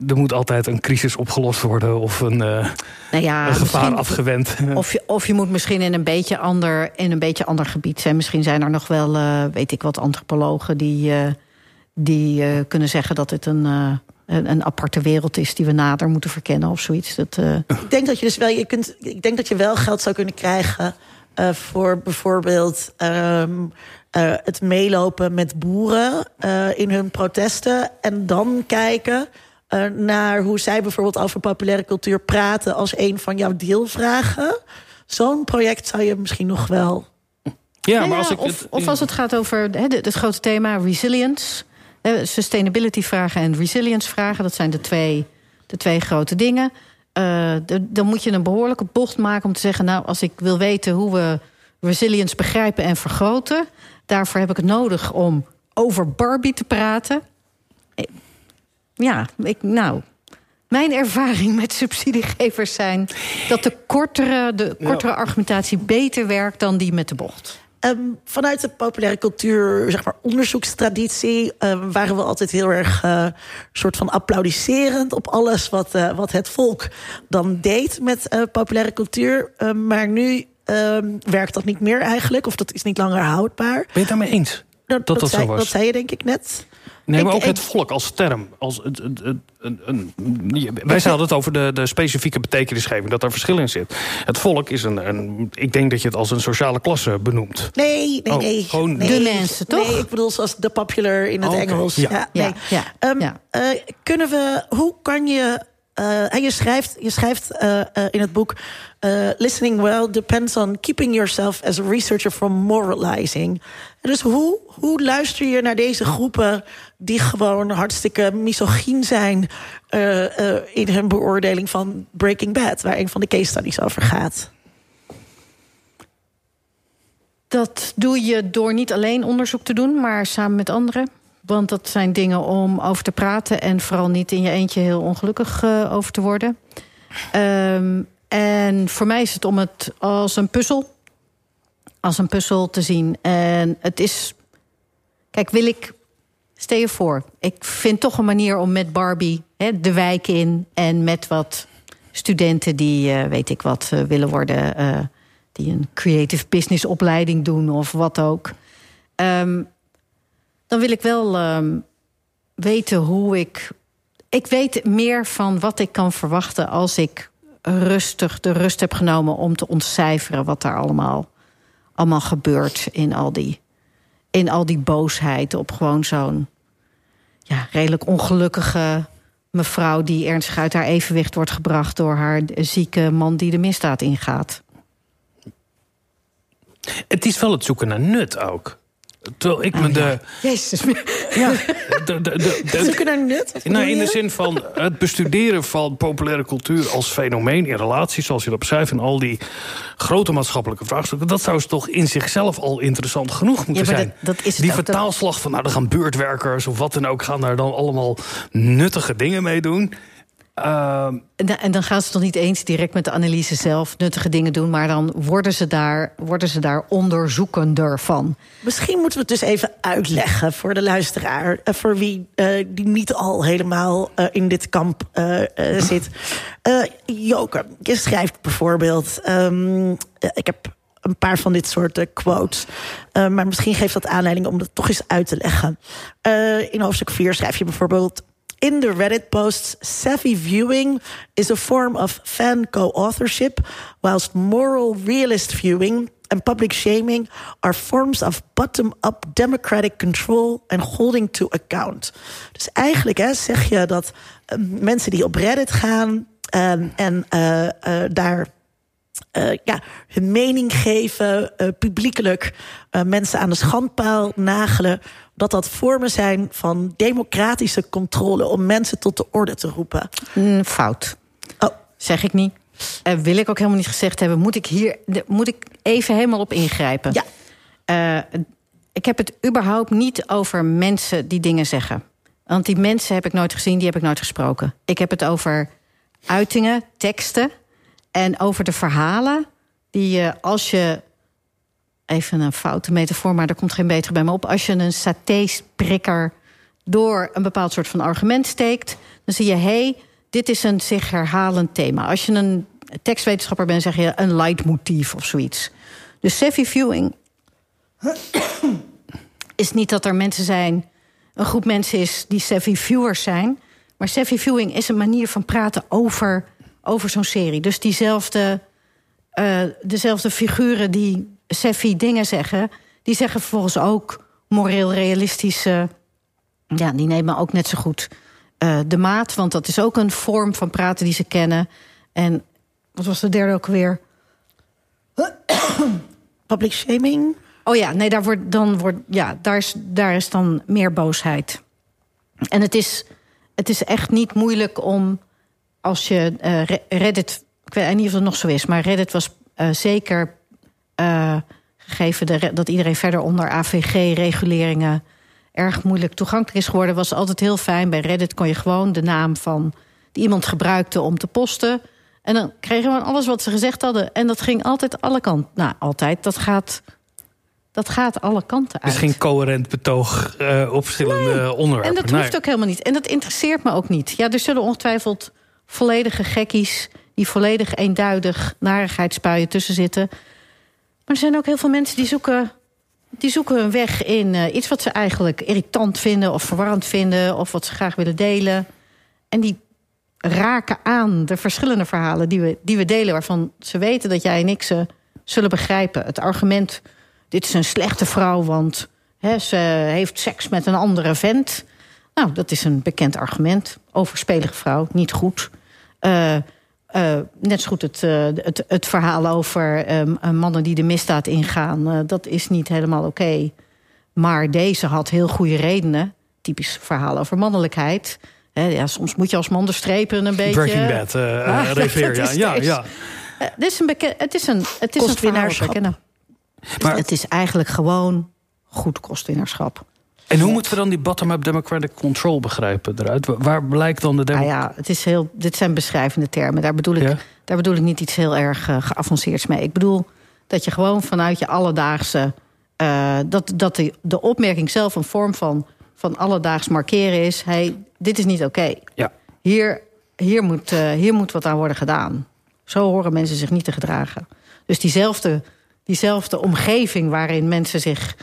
[SPEAKER 1] er moet altijd een crisis opgelost worden of een, uh, nou ja, een gevaar afgewend.
[SPEAKER 2] Of je, of je moet misschien in een beetje ander, in een beetje ander gebied zijn. Misschien zijn er nog wel, uh, weet ik wat, antropologen die, uh, die uh, kunnen zeggen dat het een, uh, een, een aparte wereld is die we nader moeten verkennen of zoiets. Dat, uh...
[SPEAKER 3] Ik denk dat je dus wel, je kunt, ik denk dat je wel geld zou kunnen krijgen uh, voor bijvoorbeeld Um, Uh, het meelopen met boeren uh, in hun protesten en dan kijken uh, naar hoe zij bijvoorbeeld over populaire cultuur praten als een van jouw deelvragen. Zo'n project zou je misschien nog wel.
[SPEAKER 1] Ja, maar
[SPEAKER 2] ja,
[SPEAKER 1] als ik
[SPEAKER 2] of,
[SPEAKER 1] het...
[SPEAKER 2] of als het gaat over he, het grote thema resilience, he, sustainability vragen en resilience vragen, dat zijn de twee, de twee grote dingen. Uh, de, dan moet je een behoorlijke bocht maken om te zeggen, nou, als ik wil weten hoe we resilience begrijpen en vergroten, daarvoor heb ik het nodig om over Barbie te praten. Ja, ik, nou, mijn ervaring met subsidiegevers zijn dat de kortere, de kortere ja. argumentatie beter werkt dan die met de bocht.
[SPEAKER 3] Um, vanuit de populaire cultuur, zeg maar onderzoekstraditie, um, waren we altijd heel erg uh, soort van applaudisserend op alles wat, uh, wat het volk dan deed met uh, populaire cultuur. Uh, maar nu Um, werkt dat niet meer eigenlijk, of dat is niet langer houdbaar. Ben
[SPEAKER 1] je het daarmee eens?
[SPEAKER 3] Dat, dat, dat, zei, zo was. Dat zei je denk ik net.
[SPEAKER 1] Nee,
[SPEAKER 3] ik,
[SPEAKER 1] maar ook
[SPEAKER 3] ik,
[SPEAKER 1] het volk als term. Als het, het, het, het, een, wij hadden het over de, de specifieke betekenisgeving, dat er verschil in zit. Het volk is een, een... Ik denk dat je het als een sociale klasse benoemt.
[SPEAKER 3] Nee, nee,
[SPEAKER 1] oh,
[SPEAKER 3] nee.
[SPEAKER 1] Gewoon
[SPEAKER 3] nee.
[SPEAKER 2] De mensen, toch?
[SPEAKER 3] Nee, ik bedoel zoals de popular in het oh, okay. Engels.
[SPEAKER 2] Ja,
[SPEAKER 3] ja,
[SPEAKER 2] ja,
[SPEAKER 3] nee.
[SPEAKER 2] ja,
[SPEAKER 3] um,
[SPEAKER 2] ja.
[SPEAKER 3] Uh, kunnen we... Hoe kan je... Uh, en je schrijft, je schrijft uh, uh, in het boek uh, listening well depends on keeping yourself as a researcher from moralizing. Dus hoe, hoe luister je naar deze groepen die gewoon hartstikke misogyn zijn uh, uh, in hun beoordeling van Breaking Bad, waar een van de case studies over gaat?
[SPEAKER 2] Dat doe je door niet alleen onderzoek te doen, maar samen met anderen. Want dat zijn dingen om over te praten en vooral niet in je eentje heel ongelukkig uh, over te worden. Um, en voor mij is het om het als een puzzel, als een puzzel te zien. En het is, kijk, wil ik, stel je voor, ik vind toch een manier om met Barbie hè, de wijk in en met wat studenten die, uh, weet ik wat, uh, willen worden, uh, die een creative business opleiding doen of wat ook. Um, Dan wil ik wel um, weten hoe ik... Ik weet meer van wat ik kan verwachten als ik rustig de rust heb genomen om te ontcijferen wat daar allemaal, allemaal gebeurt in al die, in al die boosheid op gewoon zo'n ja, redelijk ongelukkige mevrouw die ernstig uit haar evenwicht wordt gebracht door haar zieke man die de misdaad ingaat.
[SPEAKER 1] Het is wel het zoeken naar nut ook. Terwijl ik me
[SPEAKER 3] oh,
[SPEAKER 1] de...
[SPEAKER 3] Ja. Jezus.
[SPEAKER 1] Ja, de, de, de, de,
[SPEAKER 3] zoeken naar nut?
[SPEAKER 1] Nou, in de zin van het bestuderen van populaire cultuur als fenomeen in relaties, zoals je dat beschrijft, en al die grote maatschappelijke vraagstukken, dat zou toch in zichzelf al interessant genoeg moeten
[SPEAKER 2] ja,
[SPEAKER 1] zijn.
[SPEAKER 2] Dat, dat is
[SPEAKER 1] die
[SPEAKER 2] ook,
[SPEAKER 1] vertaalslag van, nou, er gaan beurtwerkers of wat dan ook, gaan daar dan allemaal nuttige dingen mee doen. Uh,
[SPEAKER 2] en dan gaan ze toch niet eens direct met de analyse zelf nuttige dingen doen, maar dan worden ze daar, worden ze daar onderzoekender van.
[SPEAKER 3] Misschien moeten we het dus even uitleggen voor de luisteraar, voor wie uh, die niet al helemaal uh, in dit kamp uh, uh, zit. Uh, Joke, je schrijft bijvoorbeeld, um, uh, ik heb een paar van dit soort uh, quotes, uh, maar misschien geeft dat aanleiding om dat toch eens uit te leggen. Uh, in hoofdstuk vier schrijf je bijvoorbeeld: in the Reddit posts, savvy viewing is a form of fan co-authorship, whilst moral realist viewing and public shaming are forms of bottom-up democratic control and holding to account. Dus eigenlijk hè, zeg je dat uh, mensen die op Reddit gaan um, en uh, uh, daar Uh, ja, hun mening geven, uh, publiekelijk uh, mensen aan de schandpaal nagelen, dat dat vormen zijn van democratische controle om mensen tot de orde te roepen.
[SPEAKER 2] Mm, fout.
[SPEAKER 3] Oh.
[SPEAKER 2] Zeg ik niet. Uh, wil ik ook helemaal niet gezegd hebben. Moet ik hier moet ik even helemaal op ingrijpen?
[SPEAKER 3] Ja.
[SPEAKER 2] Uh, ik heb het überhaupt niet over mensen die dingen zeggen. Want die mensen heb ik nooit gezien, die heb ik nooit gesproken. Ik heb het over uitingen, teksten en over de verhalen die je, als je, even een foute metafoor, maar er komt geen betere bij me op, als je een saté-sprikker door een bepaald soort van argument steekt, dan zie je, hé, hey, dit is een zich herhalend thema. Als je een tekstwetenschapper bent, zeg je een leidmotief of zoiets. Dus savvy viewing is niet dat er mensen zijn, een groep mensen is die savvy viewers zijn, maar savvy viewing is een manier van praten over, over zo'n serie. Dus diezelfde, uh, dezelfde figuren die savvy dingen zeggen, die zeggen vervolgens ook moreel realistische, ja, die nemen ook net zo goed uh, de maat, want dat is ook een vorm van praten die ze kennen. En wat was de derde ook weer?
[SPEAKER 3] Public shaming?
[SPEAKER 2] Oh ja, nee, daar wordt dan wordt ja, daar is, daar is dan meer boosheid. En het is, het is echt niet moeilijk om, als je uh, Reddit, ik weet niet of het nog zo is, maar Reddit was uh, zeker uh, gegeven de, dat iedereen verder onder A V G-reguleringen erg moeilijk toegankelijk is geworden, was altijd heel fijn. Bij Reddit kon je gewoon de naam van die iemand gebruikte om te posten. En dan kregen we alles wat ze gezegd hadden. En dat ging altijd alle kanten. Nou, altijd. Dat gaat, dat gaat alle kanten uit.
[SPEAKER 1] Het is geen coherent betoog uh, op verschillende nee. onderwerpen.
[SPEAKER 2] En dat hoeft nee. ook helemaal niet. En dat interesseert me ook niet. Ja, er zullen ongetwijfeld volledige gekkies die volledig eenduidig narigheid spuien tussen zitten. Maar er zijn ook heel veel mensen die zoeken, die zoeken hun weg in uh, iets wat ze eigenlijk irritant vinden of verwarrend vinden of wat ze graag willen delen. En die raken aan de verschillende verhalen die we, die we delen, waarvan ze weten dat jij en ik ze zullen begrijpen. Het argument, dit is een slechte vrouw, want he, ze heeft seks met een andere vent. Nou, dat is een bekend argument. Overspelige vrouw, niet goed. Uh, uh, net zo goed het, uh, het, het verhaal over um, mannen die de misdaad ingaan. Uh, dat is niet helemaal oké. Okay. Maar deze had heel goede redenen. Typisch verhaal over mannelijkheid. He, ja, soms moet je als man de strepen een beetje.
[SPEAKER 1] Breaking Bad, uh, ah, refereer, ja. ja, ja.
[SPEAKER 2] Uh, dit is een bekend, het is een, het is een verhaal. Maar het is eigenlijk gewoon goed kostwinnaarschap.
[SPEAKER 1] En hoe moeten we dan die bottom-up democratic control begrijpen eruit? Waar blijkt dan de democratie?
[SPEAKER 2] Ah ja, het is heel, dit zijn beschrijvende termen. Daar bedoel ik, ja? daar bedoel ik niet iets heel erg uh, geavanceerds mee. Ik bedoel dat je gewoon vanuit je alledaagse, Uh, dat, dat de, de opmerking zelf een vorm van, van alledaags markeren is. Hey, dit is niet oké. Okay.
[SPEAKER 1] Ja.
[SPEAKER 2] Hier, hier, moet, uh, hier moet wat aan worden gedaan. Zo horen mensen zich niet te gedragen. Dus diezelfde, diezelfde omgeving waarin mensen zich,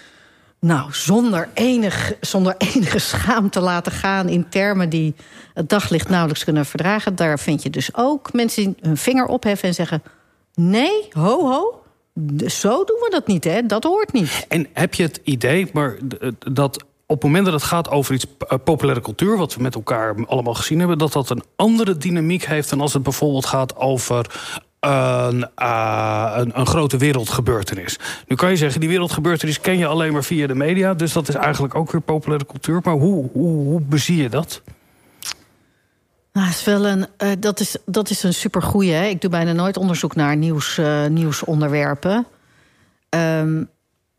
[SPEAKER 2] nou, zonder, enig, zonder enige schaamte laten gaan in termen die het daglicht nauwelijks kunnen verdragen. Daar vind je dus ook mensen die hun vinger opheffen en zeggen: nee, ho, ho, zo doen we dat niet, hè? Dat hoort niet.
[SPEAKER 1] En heb je het idee, maar dat op het moment dat het gaat over iets populaire cultuur, wat we met elkaar allemaal gezien hebben, dat dat een andere dynamiek heeft dan als het bijvoorbeeld gaat over Een, uh, een, een grote wereldgebeurtenis. Nu kan je zeggen, die wereldgebeurtenis ken je alleen maar via de media, dus dat is eigenlijk ook weer populaire cultuur. Maar hoe, hoe, hoe bezie je dat?
[SPEAKER 2] Nou, is wel een, uh, dat, is, dat is een supergoeie. Hè? Ik doe bijna nooit onderzoek naar nieuws, uh, nieuwsonderwerpen. Um,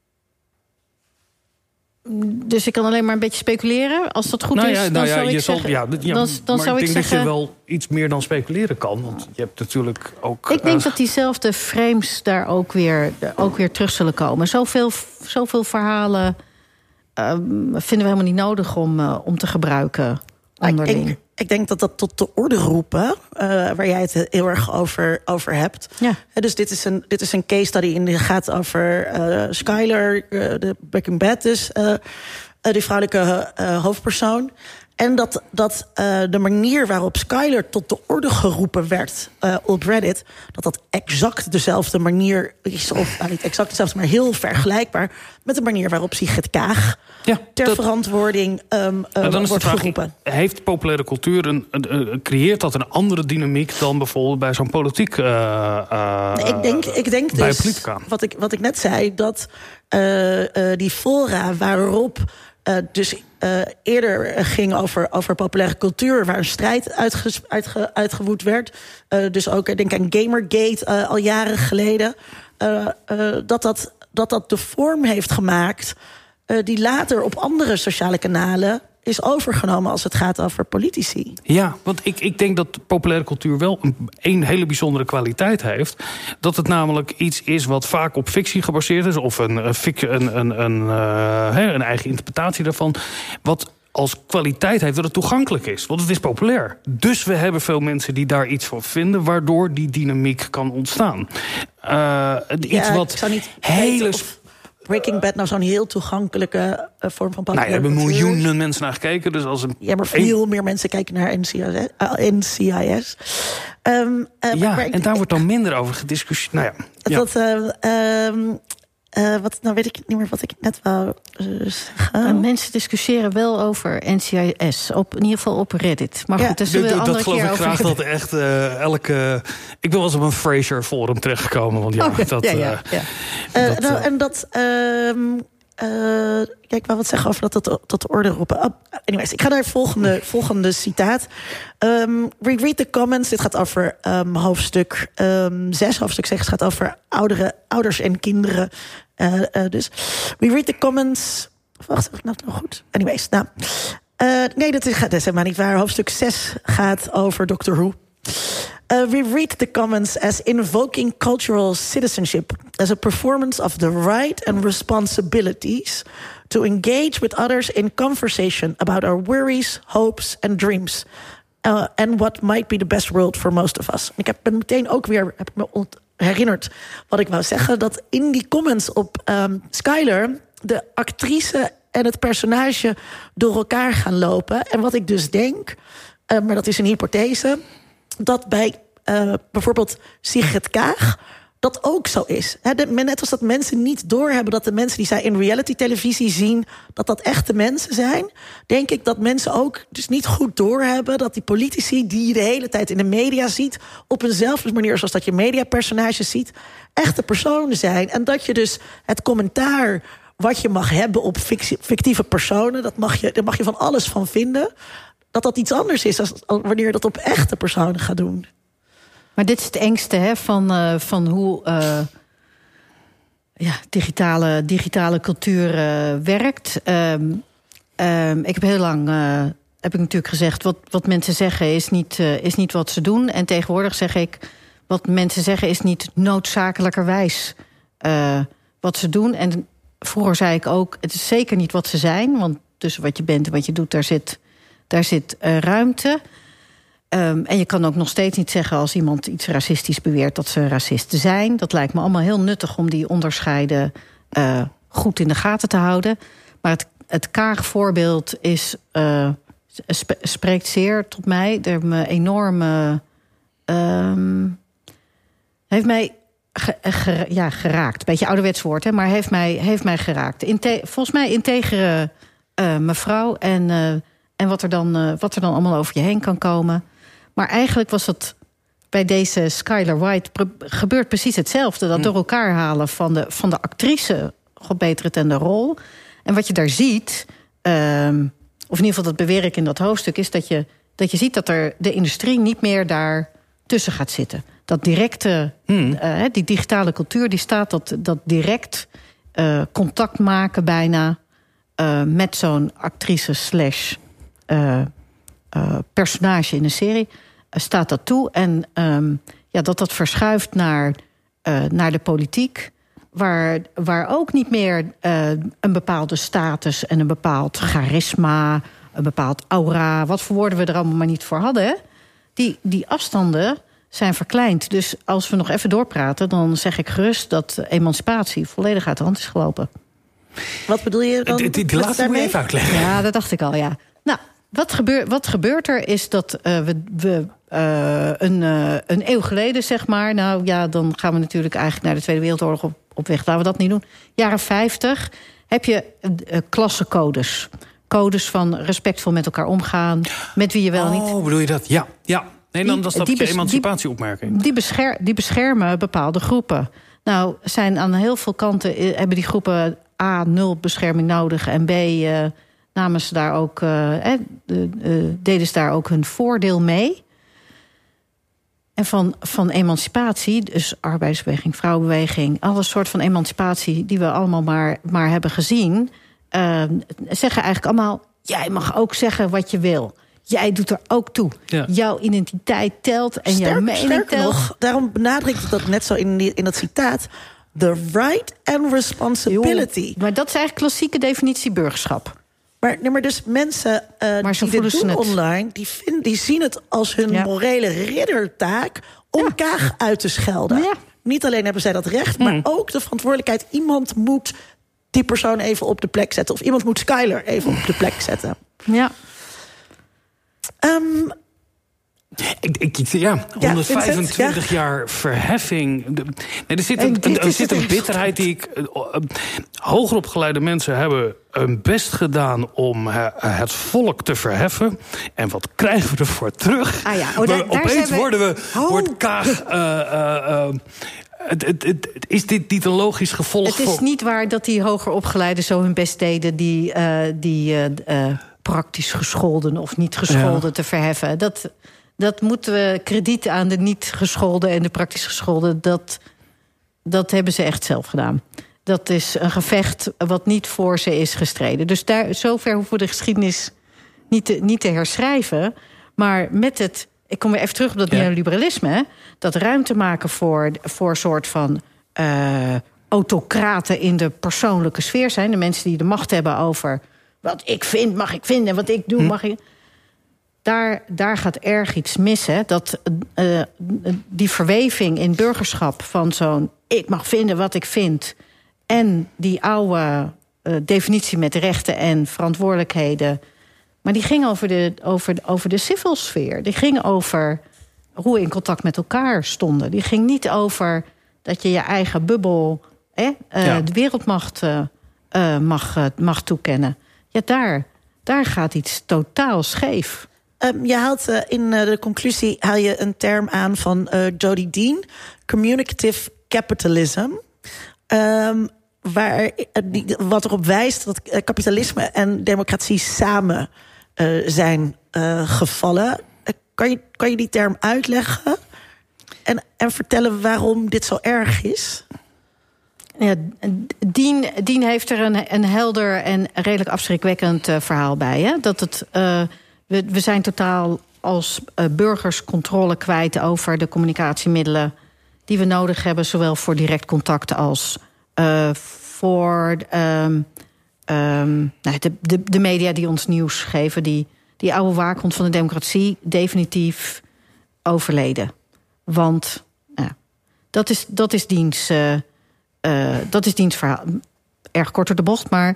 [SPEAKER 2] Dus ik kan alleen maar een beetje speculeren. Als dat goed
[SPEAKER 1] nou
[SPEAKER 2] is,
[SPEAKER 1] ja,
[SPEAKER 2] dan
[SPEAKER 1] nou ja,
[SPEAKER 2] zou ik
[SPEAKER 1] je
[SPEAKER 2] zeggen...
[SPEAKER 1] Zal, ja, ja,
[SPEAKER 2] dan, dan
[SPEAKER 1] maar
[SPEAKER 2] zou
[SPEAKER 1] ik
[SPEAKER 2] ik
[SPEAKER 1] denk
[SPEAKER 2] zeggen,
[SPEAKER 1] dat je wel iets meer dan speculeren kan. Want je hebt natuurlijk ook...
[SPEAKER 2] Ik denk
[SPEAKER 1] uh,
[SPEAKER 2] dat diezelfde frames daar ook weer, ook weer terug zullen komen. Zoveel, zoveel verhalen uh, vinden we helemaal niet nodig om, uh, om te gebruiken onderling.
[SPEAKER 3] Ik, ik denk dat dat tot de orde roepen, uh, waar jij het heel erg over, over hebt.
[SPEAKER 2] Ja.
[SPEAKER 3] Uh, dus dit is, een, dit is een case study in die gaat over uh, Skyler, uh, de Breaking Bad dus, uh, uh, die vrouwelijke uh, hoofdpersoon. En dat, dat uh, de manier waarop Skyler tot de orde geroepen werd uh, op Reddit, dat dat exact dezelfde manier is, of nou, niet exact dezelfde, maar heel vergelijkbaar met de manier waarop Sigrid Kaag ja, ter dat, verantwoording um, uh,
[SPEAKER 1] dan is
[SPEAKER 3] wordt
[SPEAKER 1] de vraag,
[SPEAKER 3] geroepen.
[SPEAKER 1] Heeft populaire cultuur een, een, een, creëert dat een andere dynamiek dan bijvoorbeeld bij zo'n politiek? Uh, uh,
[SPEAKER 3] nee, ik denk, ik denk
[SPEAKER 1] bij
[SPEAKER 3] dus,
[SPEAKER 1] politica. Wat
[SPEAKER 3] ik, wat ik net zei, dat uh, uh, die fora waarop Uh, dus uh, eerder ging over, over populaire cultuur, waar een strijd uitge, uitge, uitgewoed werd. Uh, dus ook, ik denk aan Gamergate uh, al jaren geleden. Uh, uh, dat, dat, dat dat de vorm heeft gemaakt uh, die later op andere sociale kanalen is overgenomen als het gaat over politici.
[SPEAKER 1] Ja, want ik, ik denk dat populaire cultuur wel een, een hele bijzondere kwaliteit heeft. Dat het namelijk iets is wat vaak op fictie gebaseerd is, of een, een, een, een, een, uh, een eigen interpretatie daarvan. Wat als kwaliteit heeft dat het toegankelijk is. Want het is populair. Dus we hebben veel mensen die daar iets van vinden, waardoor die dynamiek kan ontstaan. Uh, iets
[SPEAKER 3] ja,
[SPEAKER 1] wat
[SPEAKER 3] ik zou niet
[SPEAKER 1] hele...
[SPEAKER 3] of Breaking Bad nou zo'n heel toegankelijke uh, vorm van
[SPEAKER 1] Nou, er hebben miljoenen mensen naar gekeken. Dus als een
[SPEAKER 3] ja, maar veel een... meer mensen kijken naar N C I S. Um, uh,
[SPEAKER 1] ja,
[SPEAKER 3] maar ik,
[SPEAKER 1] en daar wordt dan minder over gediscussieerd. Nou ja.
[SPEAKER 3] Dat,
[SPEAKER 1] ja.
[SPEAKER 3] Uh, um, Uh, wat, nou weet ik niet meer wat ik net wou uh, zeggen.
[SPEAKER 2] Maar mensen discussiëren wel over N C I S. Op, in ieder geval op Reddit. Maar goed, ja, dus we
[SPEAKER 1] dat,
[SPEAKER 2] een andere
[SPEAKER 1] dat geloof
[SPEAKER 2] keer
[SPEAKER 1] ik
[SPEAKER 2] over...
[SPEAKER 1] graag dat echt uh, elke... Ik ben wel eens op een Frasier forum terechtgekomen. Want ja,
[SPEAKER 2] okay.
[SPEAKER 1] dat...
[SPEAKER 2] Ja, ja, ja.
[SPEAKER 3] Uh,
[SPEAKER 2] dat,
[SPEAKER 3] nou, en dat... Um, Uh, kijk, ik wou wat zeggen over dat tot, tot de orde roepen. Oh, anyways, ik ga naar het volgende, volgende citaat. Um, we read the comments. Dit gaat over um, hoofdstuk um, zes. Hoofdstuk zes gaat over ouderen, ouders en kinderen. Uh, uh, dus we read the comments. Wacht, zeg ik nou nog goed? Anyways, nou. Uh, nee, dat is, dat is helemaal niet waar. Hoofdstuk zes gaat over Doctor Who. Uh, we read the comments as invoking cultural citizenship as a performance of the right and responsibilities to engage with others in conversation about our worries, hopes and dreams. Uh, and what might be the best world for most of us. Ik heb me meteen ook weer heb ik me herinnerd wat ik wou zeggen. Dat in die comments op um, Skyler de actrice en het personage door elkaar gaan lopen. En wat ik dus denk, uh, maar dat is een hypothese, dat bij uh, bijvoorbeeld Sigrid Kaag dat ook zo is. He, de, net als dat mensen niet doorhebben dat de mensen die zij in reality-televisie zien, dat dat echte mensen zijn, denk ik dat mensen ook dus niet goed doorhebben dat die politici die je de hele tijd in de media ziet, op eenzelfde manier zoals dat je mediapersonages ziet, echte personen zijn. En dat je dus het commentaar wat je mag hebben op fictieve personen, dat mag je, daar mag je van alles van vinden, dat dat iets anders is dan wanneer je dat op echte personen gaat doen.
[SPEAKER 2] Maar dit is het engste hè, van, uh, van hoe uh, ja, digitale, digitale cultuur uh, werkt. Um, um, ik heb heel lang uh, heb ik natuurlijk gezegd, wat, wat mensen zeggen is niet, uh, is niet wat ze doen. En tegenwoordig zeg ik, wat mensen zeggen is niet noodzakelijkerwijs uh, wat ze doen. En vroeger zei ik ook, het is zeker niet wat ze zijn. Want tussen wat je bent en wat je doet, daar zit, daar zit uh, ruimte. Um, en je kan ook nog steeds niet zeggen als iemand iets racistisch beweert dat ze racisten zijn. Dat lijkt me allemaal heel nuttig om die onderscheiden uh, goed in de gaten te houden. Maar het, het Kaag-voorbeeld is, uh, sp- spreekt zeer tot mij. Er heeft me enorm... Uh, um, heeft mij ge, ge, ja, geraakt. Beetje ouderwets woord, hè, maar heeft mij, heeft mij geraakt. Inte- volgens mij integere uh, mevrouw en, uh, en wat er, dan, uh, wat er dan allemaal over je heen kan komen. Maar eigenlijk was het bij deze Skyler White gebeurt precies hetzelfde. Dat door elkaar halen van de, van de actrice, God beter het en de rol. En wat je daar ziet, um, of in ieder geval dat beweer ik in dat hoofdstuk, is dat je, dat je ziet dat er de industrie niet meer daar tussen gaat zitten. Dat directe, hmm. uh, die digitale cultuur, die staat dat, dat direct uh, contact maken bijna uh, met zo'n actrice slash uh, uh, personage in een serie. Uh, staat dat toe. En um, ja, dat dat verschuift naar, uh, naar de politiek, waar, waar ook niet meer uh, een bepaalde status en een bepaald charisma, een bepaald aura, wat voor woorden we er allemaal maar niet voor hadden, die, die afstanden zijn verkleind. Dus als we nog even doorpraten, dan zeg ik gerust dat emancipatie volledig uit de hand is gelopen.
[SPEAKER 3] Wat bedoel je dan?
[SPEAKER 1] Die, die, die laatste moet je even uitleggen.
[SPEAKER 2] Ja, dat dacht ik al, ja. Nou, wat, gebeur, wat gebeurt er is dat uh, we, we uh, een, uh, een eeuw geleden, zeg maar, nou ja, dan gaan we natuurlijk eigenlijk naar de Tweede Wereldoorlog op, op weg. Laten we dat niet doen. Jaren vijftig heb je uh, klassencodes. Codes van respectvol met elkaar omgaan, met wie je wel
[SPEAKER 1] oh,
[SPEAKER 2] niet.
[SPEAKER 1] Oh, bedoel je dat? Ja, ja. Nee, dan dat is dat je emancipatieopmerking.
[SPEAKER 2] Die, die, bescher, die beschermen bepaalde groepen. Nou, zijn aan heel veel kanten hebben die groepen A, nul bescherming nodig, en B, uh, namen ze daar ook, uh, eh, uh, uh, deden ze daar ook hun voordeel mee. En van, van emancipatie, dus arbeidersbeweging, vrouwenbeweging, alle soort van emancipatie die we allemaal maar, maar hebben gezien, uh, zeggen eigenlijk allemaal, jij mag ook zeggen wat je wil. Jij doet er ook toe. Ja. Jouw identiteit telt en
[SPEAKER 3] Sterk,
[SPEAKER 2] jouw mening
[SPEAKER 3] sterker
[SPEAKER 2] telt.
[SPEAKER 3] Nog, daarom benadrukt ik dat net zo in, die, in dat citaat. The right and responsibility.
[SPEAKER 2] Jo, maar dat is eigenlijk klassieke definitie burgerschap.
[SPEAKER 3] Maar, nee, maar dus mensen uh,
[SPEAKER 2] maar
[SPEAKER 3] die dit doen het. online... Die, vind, die zien het als hun ja. morele riddertaak om ja. Kaag uit te schelden. Ja. Niet alleen hebben zij dat recht, maar mm. ook de verantwoordelijkheid. Iemand moet die persoon even op de plek zetten. Of iemand moet Skyler even op de plek zetten.
[SPEAKER 2] Ja.
[SPEAKER 3] Um,
[SPEAKER 1] Ik, ik, ja, honderdvijfentwintig ja, jaar verheffing. Nee, er zit een, een, er zit een bitterheid die ik... Uh, uh, hogeropgeleide mensen hebben hun best gedaan om uh, het volk te verheffen. En wat krijgen we ervoor terug?
[SPEAKER 2] Ah ja, oh, daar,
[SPEAKER 1] we, opeens daar worden we... Oh. Wordt Kaag... Uh, uh, uh, Het, het, het, is dit niet een logisch gevolg?
[SPEAKER 2] Het is
[SPEAKER 1] voor...
[SPEAKER 2] niet waar dat die hogeropgeleiden zo hun best deden... die, uh, die uh, uh, praktisch gescholden of niet gescholden ja. te verheffen. Dat... Dat moeten we krediet aan de niet gescholden en de praktisch gescholden... Dat, dat hebben ze echt zelf gedaan. Dat is een gevecht wat niet voor ze is gestreden. Dus daar, zover hoeven we de geschiedenis niet te, niet te herschrijven. Maar met het... Ik kom weer even terug op dat ja. neoliberalisme. Hè, dat ruimte maken voor, voor een soort van... Uh, autocraten in de persoonlijke sfeer zijn. De mensen die de macht hebben over... wat ik vind, mag ik vinden. Wat ik doe, hm. mag ik... Daar, daar gaat erg iets mis. Hè? Dat, uh, die verweving in burgerschap van zo'n... ik mag vinden wat ik vind... en die oude uh, definitie met rechten en verantwoordelijkheden... maar die ging over de, over, over de civil sfeer. Die ging over hoe we in contact met elkaar stonden. Die ging niet over dat je je eigen bubbel... Eh, uh, ja. de wereldmacht uh, uh, mag, uh, mag toekennen. Ja, daar, daar gaat iets totaal scheef.
[SPEAKER 3] Um, je haalt uh, in uh, de conclusie haal je een term aan van uh, Jody Dean, communicative capitalism, um, waar uh, die, wat erop wijst dat uh, kapitalisme en democratie samen uh, zijn uh, gevallen. Uh, kan je kan je die term uitleggen en en vertellen waarom dit zo erg is?
[SPEAKER 2] Ja, Dean, Dean heeft er een, een helder en redelijk afschrikwekkend uh, verhaal bij. Hè? Dat het uh, We, we zijn totaal als uh, burgers controle kwijt over de communicatiemiddelen die we nodig hebben, zowel voor direct contact als uh, voor um, um, nou, de, de, de media die ons nieuws geven. Die, die oude waakhond van de democratie definitief overleden. Want uh, dat is, dat is diens, uh, uh, dat is diens verhaal. Erg kort door de bocht, maar...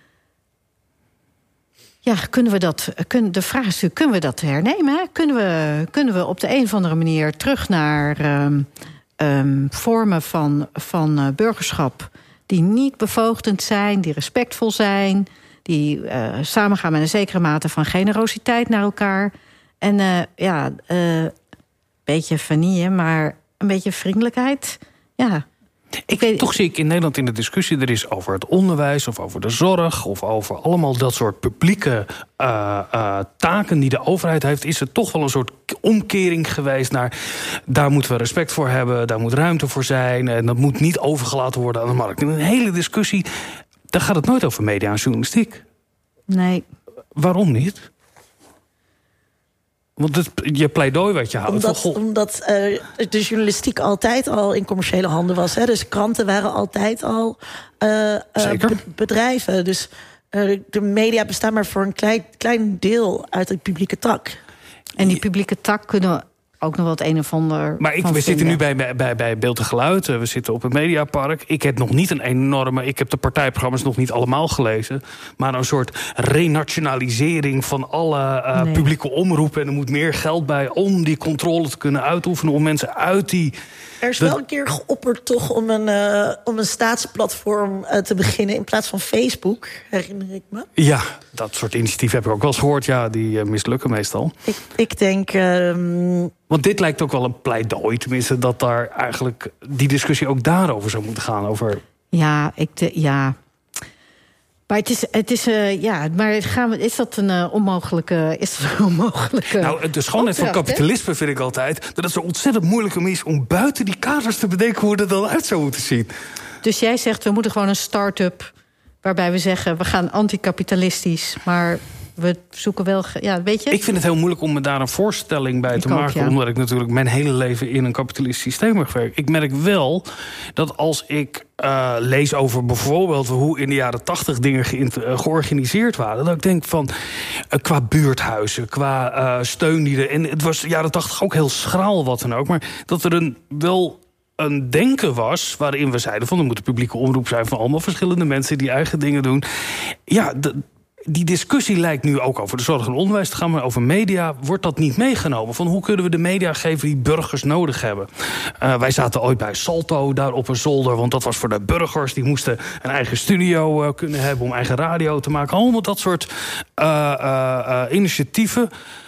[SPEAKER 2] Ja, kunnen we dat? Kun, de vraag is natuurlijk, kunnen we dat hernemen? Hè? Kunnen we, kunnen we op de een of andere manier terug naar um, um, vormen van, van uh, burgerschap die niet bevoogdend zijn, die respectvol zijn, die uh, samengaan met een zekere mate van generositeit naar elkaar. En uh, ja, een uh, beetje vanille, maar een beetje vriendelijkheid. Ja.
[SPEAKER 1] Ik weet, toch zie ik in Nederland in de discussie... er is over het onderwijs of over de zorg... of over allemaal dat soort publieke uh, uh, taken die de overheid heeft... is er toch wel een soort omkering geweest naar... daar moeten we respect voor hebben, daar moet ruimte voor zijn... en dat moet niet overgelaten worden aan de markt. In een hele discussie, daar gaat het nooit over media en journalistiek.
[SPEAKER 2] Nee.
[SPEAKER 1] Waarom niet? Want het, je pleidooi wat je houdt...
[SPEAKER 3] Omdat,
[SPEAKER 1] van,
[SPEAKER 3] omdat uh, de journalistiek altijd al in commerciële handen was. Hè? Dus kranten waren altijd al uh,
[SPEAKER 1] Zeker.
[SPEAKER 3] Uh, bedrijven. Dus uh, de media bestaan maar voor een klein, klein deel uit de publieke tak.
[SPEAKER 2] En die publieke tak kunnen ook nog wel het een of ander.
[SPEAKER 1] Maar ik, we
[SPEAKER 2] vinden.
[SPEAKER 1] zitten nu bij, bij, bij Beeld en Geluid. We zitten op het Mediapark. Ik heb nog niet een enorme... Ik heb de partijprogramma's nog niet allemaal gelezen. Maar een soort renationalisering van alle uh, nee. publieke omroepen. En er moet meer geld bij om die controle te kunnen uitoefenen. Om mensen uit die...
[SPEAKER 3] Er is wel een keer geopperd toch om een, uh, om een staatsplatform uh, te beginnen... in plaats van Facebook, herinner ik me.
[SPEAKER 1] Ja, dat soort initiatieven heb ik ook wel eens gehoord. Ja, die uh, mislukken meestal.
[SPEAKER 3] Ik, ik denk... Um...
[SPEAKER 1] Want dit lijkt ook wel een pleidooi, tenminste... dat daar eigenlijk die discussie ook daarover zou moeten gaan. Over...
[SPEAKER 2] Ja, ik de, ja... Maar het is, het is uh, ja, maar gaan we, is dat een uh, onmogelijke, is dat een onmogelijke...
[SPEAKER 1] Nou, de schoonheid van kapitalisme hè? vind ik altijd... dat het zo ontzettend moeilijk is om buiten die kaders te bedenken... hoe het er dan uit zou moeten zien.
[SPEAKER 2] Dus jij zegt, we moeten gewoon een start-up... waarbij we zeggen, we gaan anticapitalistisch... maar we zoeken wel... Ja, weet je?
[SPEAKER 1] Ik vind het heel moeilijk om me daar een voorstelling bij
[SPEAKER 2] ik
[SPEAKER 1] te
[SPEAKER 2] ook,
[SPEAKER 1] maken.
[SPEAKER 2] Ja.
[SPEAKER 1] Omdat ik natuurlijk mijn hele leven in een kapitalistisch systeem heb gewerkt. Ik merk wel dat als ik uh, lees over bijvoorbeeld hoe in de jaren tachtig dingen ge- georganiseerd waren, dat ik denk van uh, qua buurthuizen, qua uh, steun die er... En het was de jaren tachtig ook heel schraal, wat dan ook. Maar dat er een wel... een denken was waarin we zeiden van er moet een publieke omroep zijn van allemaal verschillende mensen die eigen dingen doen. Ja, de, die discussie lijkt nu ook over de zorg en onderwijs te gaan, maar over media wordt dat niet meegenomen. Van hoe kunnen we de media geven die burgers nodig hebben? Uh, wij zaten ooit bij Salto daar op een zolder, want dat was voor de burgers. Die moesten een eigen studio uh, kunnen hebben om eigen radio te maken. Allemaal dat soort uh, uh, uh, initiatieven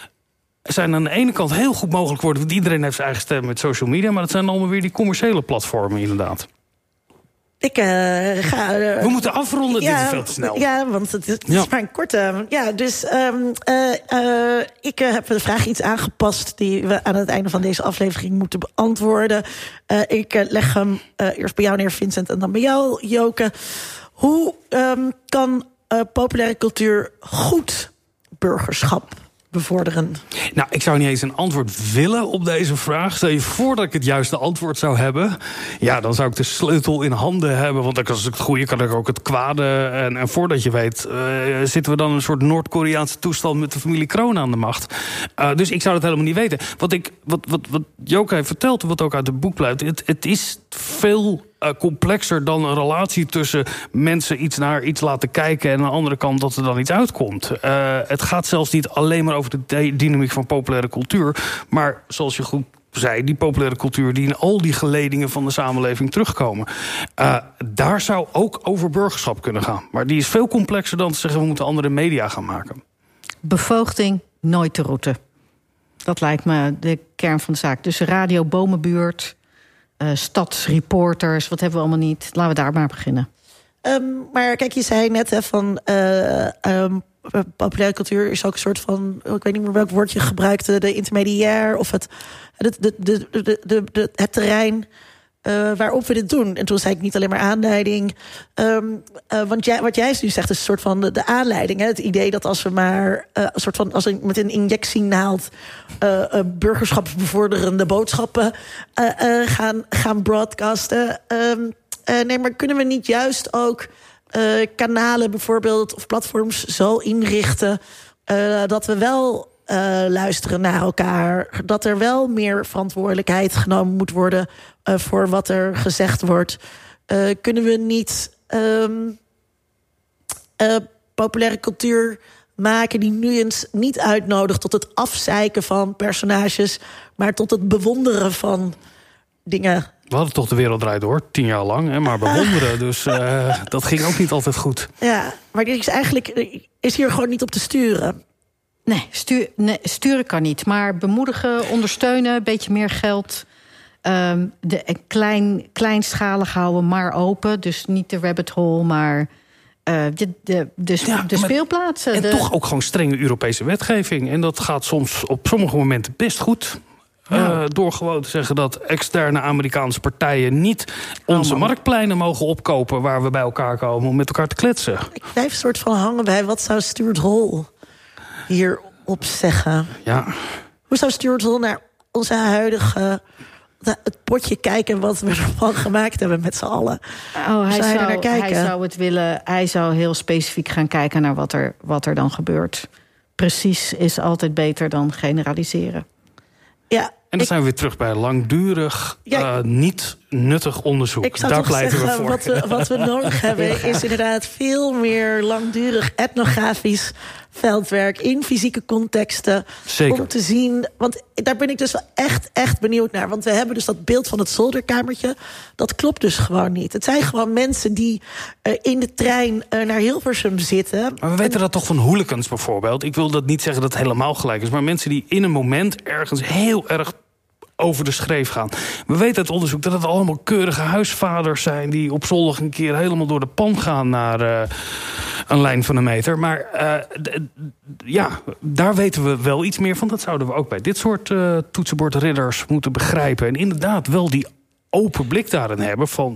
[SPEAKER 1] zijn aan de ene kant heel goed mogelijk worden, want iedereen heeft zijn eigen stem met social media, maar dat zijn allemaal weer die commerciële platformen inderdaad.
[SPEAKER 3] Ik uh, ga... Uh,
[SPEAKER 1] We moeten afronden,
[SPEAKER 3] ja,
[SPEAKER 1] dit is veel te snel.
[SPEAKER 3] Ja, want het is, het is
[SPEAKER 1] Ja.
[SPEAKER 3] maar een korte... Ja, dus um, uh, uh, ik uh, heb de vraag iets aangepast die we aan het einde van deze aflevering moeten beantwoorden. Uh, ik uh, leg hem uh, eerst bij jou neer, Vincent, en dan bij jou, Joke. Hoe um, kan uh, populaire cultuur goed burgerschap bevorderen?
[SPEAKER 1] Nou, ik zou niet eens een antwoord willen op deze vraag. Stel je voor dat ik het juiste antwoord zou hebben. Ja, dan zou ik de sleutel in handen hebben. Want als ik het goede kan ik ook het kwade. En, en voordat je weet, uh, zitten we dan in een soort Noord-Koreaanse toestand met de familie Kroon aan de macht. Uh, dus ik zou dat helemaal niet weten. Wat, ik, wat, wat, wat Joke heeft verteld, wat ook uit het boek blijft, het, het is veel Uh, complexer dan een relatie tussen mensen iets naar iets laten kijken en aan de andere kant dat er dan iets uitkomt. Uh, het gaat zelfs niet alleen maar over de de- dynamiek van populaire cultuur, maar zoals je goed zei, die populaire cultuur die in al die geledingen van de samenleving terugkomen. Uh, daar zou ook over burgerschap kunnen gaan. Maar die is veel complexer dan te zeggen we moeten andere media gaan maken.
[SPEAKER 2] Bevoogding, nooit de route. Dat lijkt me de kern van de zaak. Dus radio, bomenbuurt, Uh, stadsreporters, wat hebben we allemaal niet? Laten we daar maar beginnen.
[SPEAKER 3] Um, maar kijk, je zei net hè, van uh, um, populaire cultuur is ook een soort van, ik weet niet meer welk woord je gebruikte, de intermediair of het, de, de, de, de, de, de, het terrein uh, waarop we dit doen. En toen zei ik niet alleen maar aanleiding. Um, uh, want jij, wat jij nu zegt is een soort van de, de aanleiding. Hè? Het idee dat als we maar uh, een soort van als een, met een injectienaald uh, uh, burgerschapsbevorderende boodschappen uh, uh, gaan, gaan broadcasten. Um, uh, nee, maar kunnen we niet juist ook uh, kanalen bijvoorbeeld of platforms zo inrichten uh, dat we wel Uh, luisteren naar elkaar. Dat er wel meer verantwoordelijkheid genomen moet worden uh, voor wat er gezegd wordt. Uh, kunnen we niet um, uh, populaire cultuur maken die nu eens niet uitnodigt tot het afzeiken van personages, maar tot het bewonderen van dingen?
[SPEAKER 1] We hadden toch De Wereld Draait Door, tien jaar lang, hè, maar bewonderen. Dus uh, dat ging ook niet altijd goed.
[SPEAKER 3] Ja, maar dit is eigenlijk is hier gewoon niet op te sturen.
[SPEAKER 2] Nee, stuur, nee, sturen kan niet. Maar bemoedigen, ondersteunen, een beetje meer geld. Um, de, klein, kleinschalig houden, maar open. Dus niet de rabbit hole, maar uh, de, de, de,
[SPEAKER 1] Ja,
[SPEAKER 2] de speelplaatsen.
[SPEAKER 1] En
[SPEAKER 2] de...
[SPEAKER 1] toch ook gewoon strenge Europese wetgeving. En dat gaat soms op sommige momenten best goed. Ja. Uh, door gewoon te zeggen dat externe Amerikaanse partijen niet onze
[SPEAKER 3] oh,
[SPEAKER 1] marktpleinen mogen opkopen waar we bij elkaar komen om met elkaar te kletsen.
[SPEAKER 3] Ik blijf een soort van hangen bij wat zou Stuart Hall hierop zeggen.
[SPEAKER 1] Ja.
[SPEAKER 3] Hoe zou Stuart Hall naar onze huidige, het potje kijken wat we ervan gemaakt hebben met z'n allen?
[SPEAKER 2] Oh, hij,
[SPEAKER 3] zou hij,
[SPEAKER 2] zou,
[SPEAKER 3] naar kijken?
[SPEAKER 2] hij zou het willen. Hij zou heel specifiek gaan kijken naar wat er, wat er dan gebeurt. Precies is altijd beter dan generaliseren.
[SPEAKER 3] Ja,
[SPEAKER 1] En dan
[SPEAKER 3] ik,
[SPEAKER 1] zijn we weer terug bij langdurig,
[SPEAKER 3] Ja,
[SPEAKER 1] uh, niet nuttig onderzoek.
[SPEAKER 3] ik zou
[SPEAKER 1] Daar
[SPEAKER 3] toch
[SPEAKER 1] pleiten
[SPEAKER 3] zeggen,
[SPEAKER 1] we voor.
[SPEAKER 3] wat we, wat we nodig hebben is inderdaad veel meer langdurig etnografisch veldwerk in fysieke contexten.
[SPEAKER 1] Zeker.
[SPEAKER 3] Om te zien, want daar ben ik dus wel echt, echt benieuwd naar. Want we hebben dus dat beeld van het zolderkamertje. Dat klopt dus gewoon niet. Het zijn gewoon mensen die uh, in de trein uh, naar Hilversum zitten.
[SPEAKER 1] Maar we weten dat toch van hooligans bijvoorbeeld. Ik wil dat niet zeggen dat het helemaal gelijk is. Maar mensen die in een moment ergens heel erg over de schreef gaan. We weten uit onderzoek dat het allemaal keurige huisvaders zijn die op zondag een keer helemaal door de pan gaan naar uh, een lijn van een meter. Maar uh, d- ja, daar weten we wel iets meer van. Dat zouden we ook bij dit soort uh, toetsenbordridders moeten begrijpen. En inderdaad wel die open blik daarin hebben van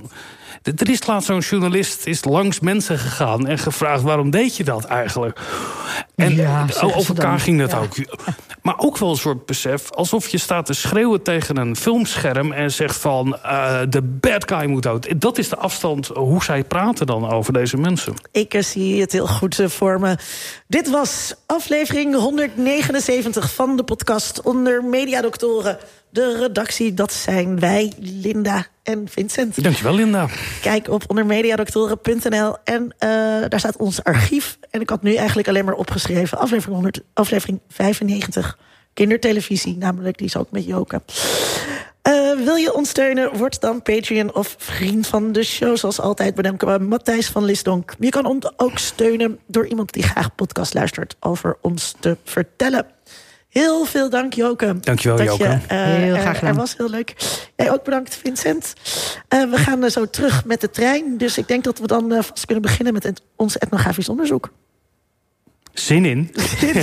[SPEAKER 1] Er is laatst zo'n journalist is langs mensen gegaan en gevraagd: waarom deed je dat eigenlijk? En
[SPEAKER 3] ja,
[SPEAKER 1] over elkaar ging dat
[SPEAKER 3] ja.
[SPEAKER 1] ook. Maar ook wel een soort besef, alsof je staat te schreeuwen tegen een filmscherm en zegt van uh, de bad guy moet dood. Dat is de afstand hoe zij praten dan over deze mensen.
[SPEAKER 3] Ik uh, zie het heel goed uh, voor me. Dit was aflevering honderdnegenenzeventig van de podcast Onder Mediadoktoren. De redactie, dat zijn wij, Linda en Vincent.
[SPEAKER 1] Dankjewel, Linda.
[SPEAKER 3] Kijk op ondermediadoktoren punt n l en uh, daar staat ons archief. En ik had nu eigenlijk alleen maar opgeschreven aflevering, honderd, aflevering vijfennegentig. Kindertelevisie, namelijk, die is ook met Joke. Uh, wil je ons steunen? Word dan Patreon of vriend van de show. Zoals altijd bedanken we Matthijs van Lisdonk. Je kan ons ook steunen door iemand die graag podcast luistert over ons te vertellen. Heel veel dank, Joke.
[SPEAKER 1] Dankjewel,
[SPEAKER 3] dat
[SPEAKER 1] Joke.
[SPEAKER 3] Je, uh,
[SPEAKER 2] heel graag gedaan.
[SPEAKER 3] Er was heel leuk. Jij ook bedankt, Vincent. Uh, we gaan uh, zo terug met de trein. Dus ik denk dat we dan uh, vast kunnen beginnen met het, ons etnografisch onderzoek.
[SPEAKER 1] Zin in.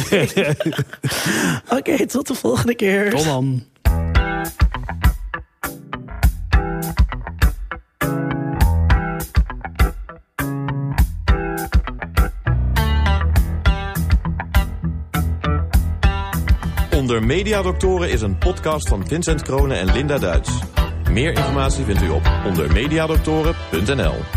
[SPEAKER 3] Oké, okay, tot de volgende keer.
[SPEAKER 1] Tot dan.
[SPEAKER 4] Onder Mediadoktoren is een podcast van Vincent Kroonen en Linda Duits. Meer informatie vindt u op onder mediadoktoren punt n l.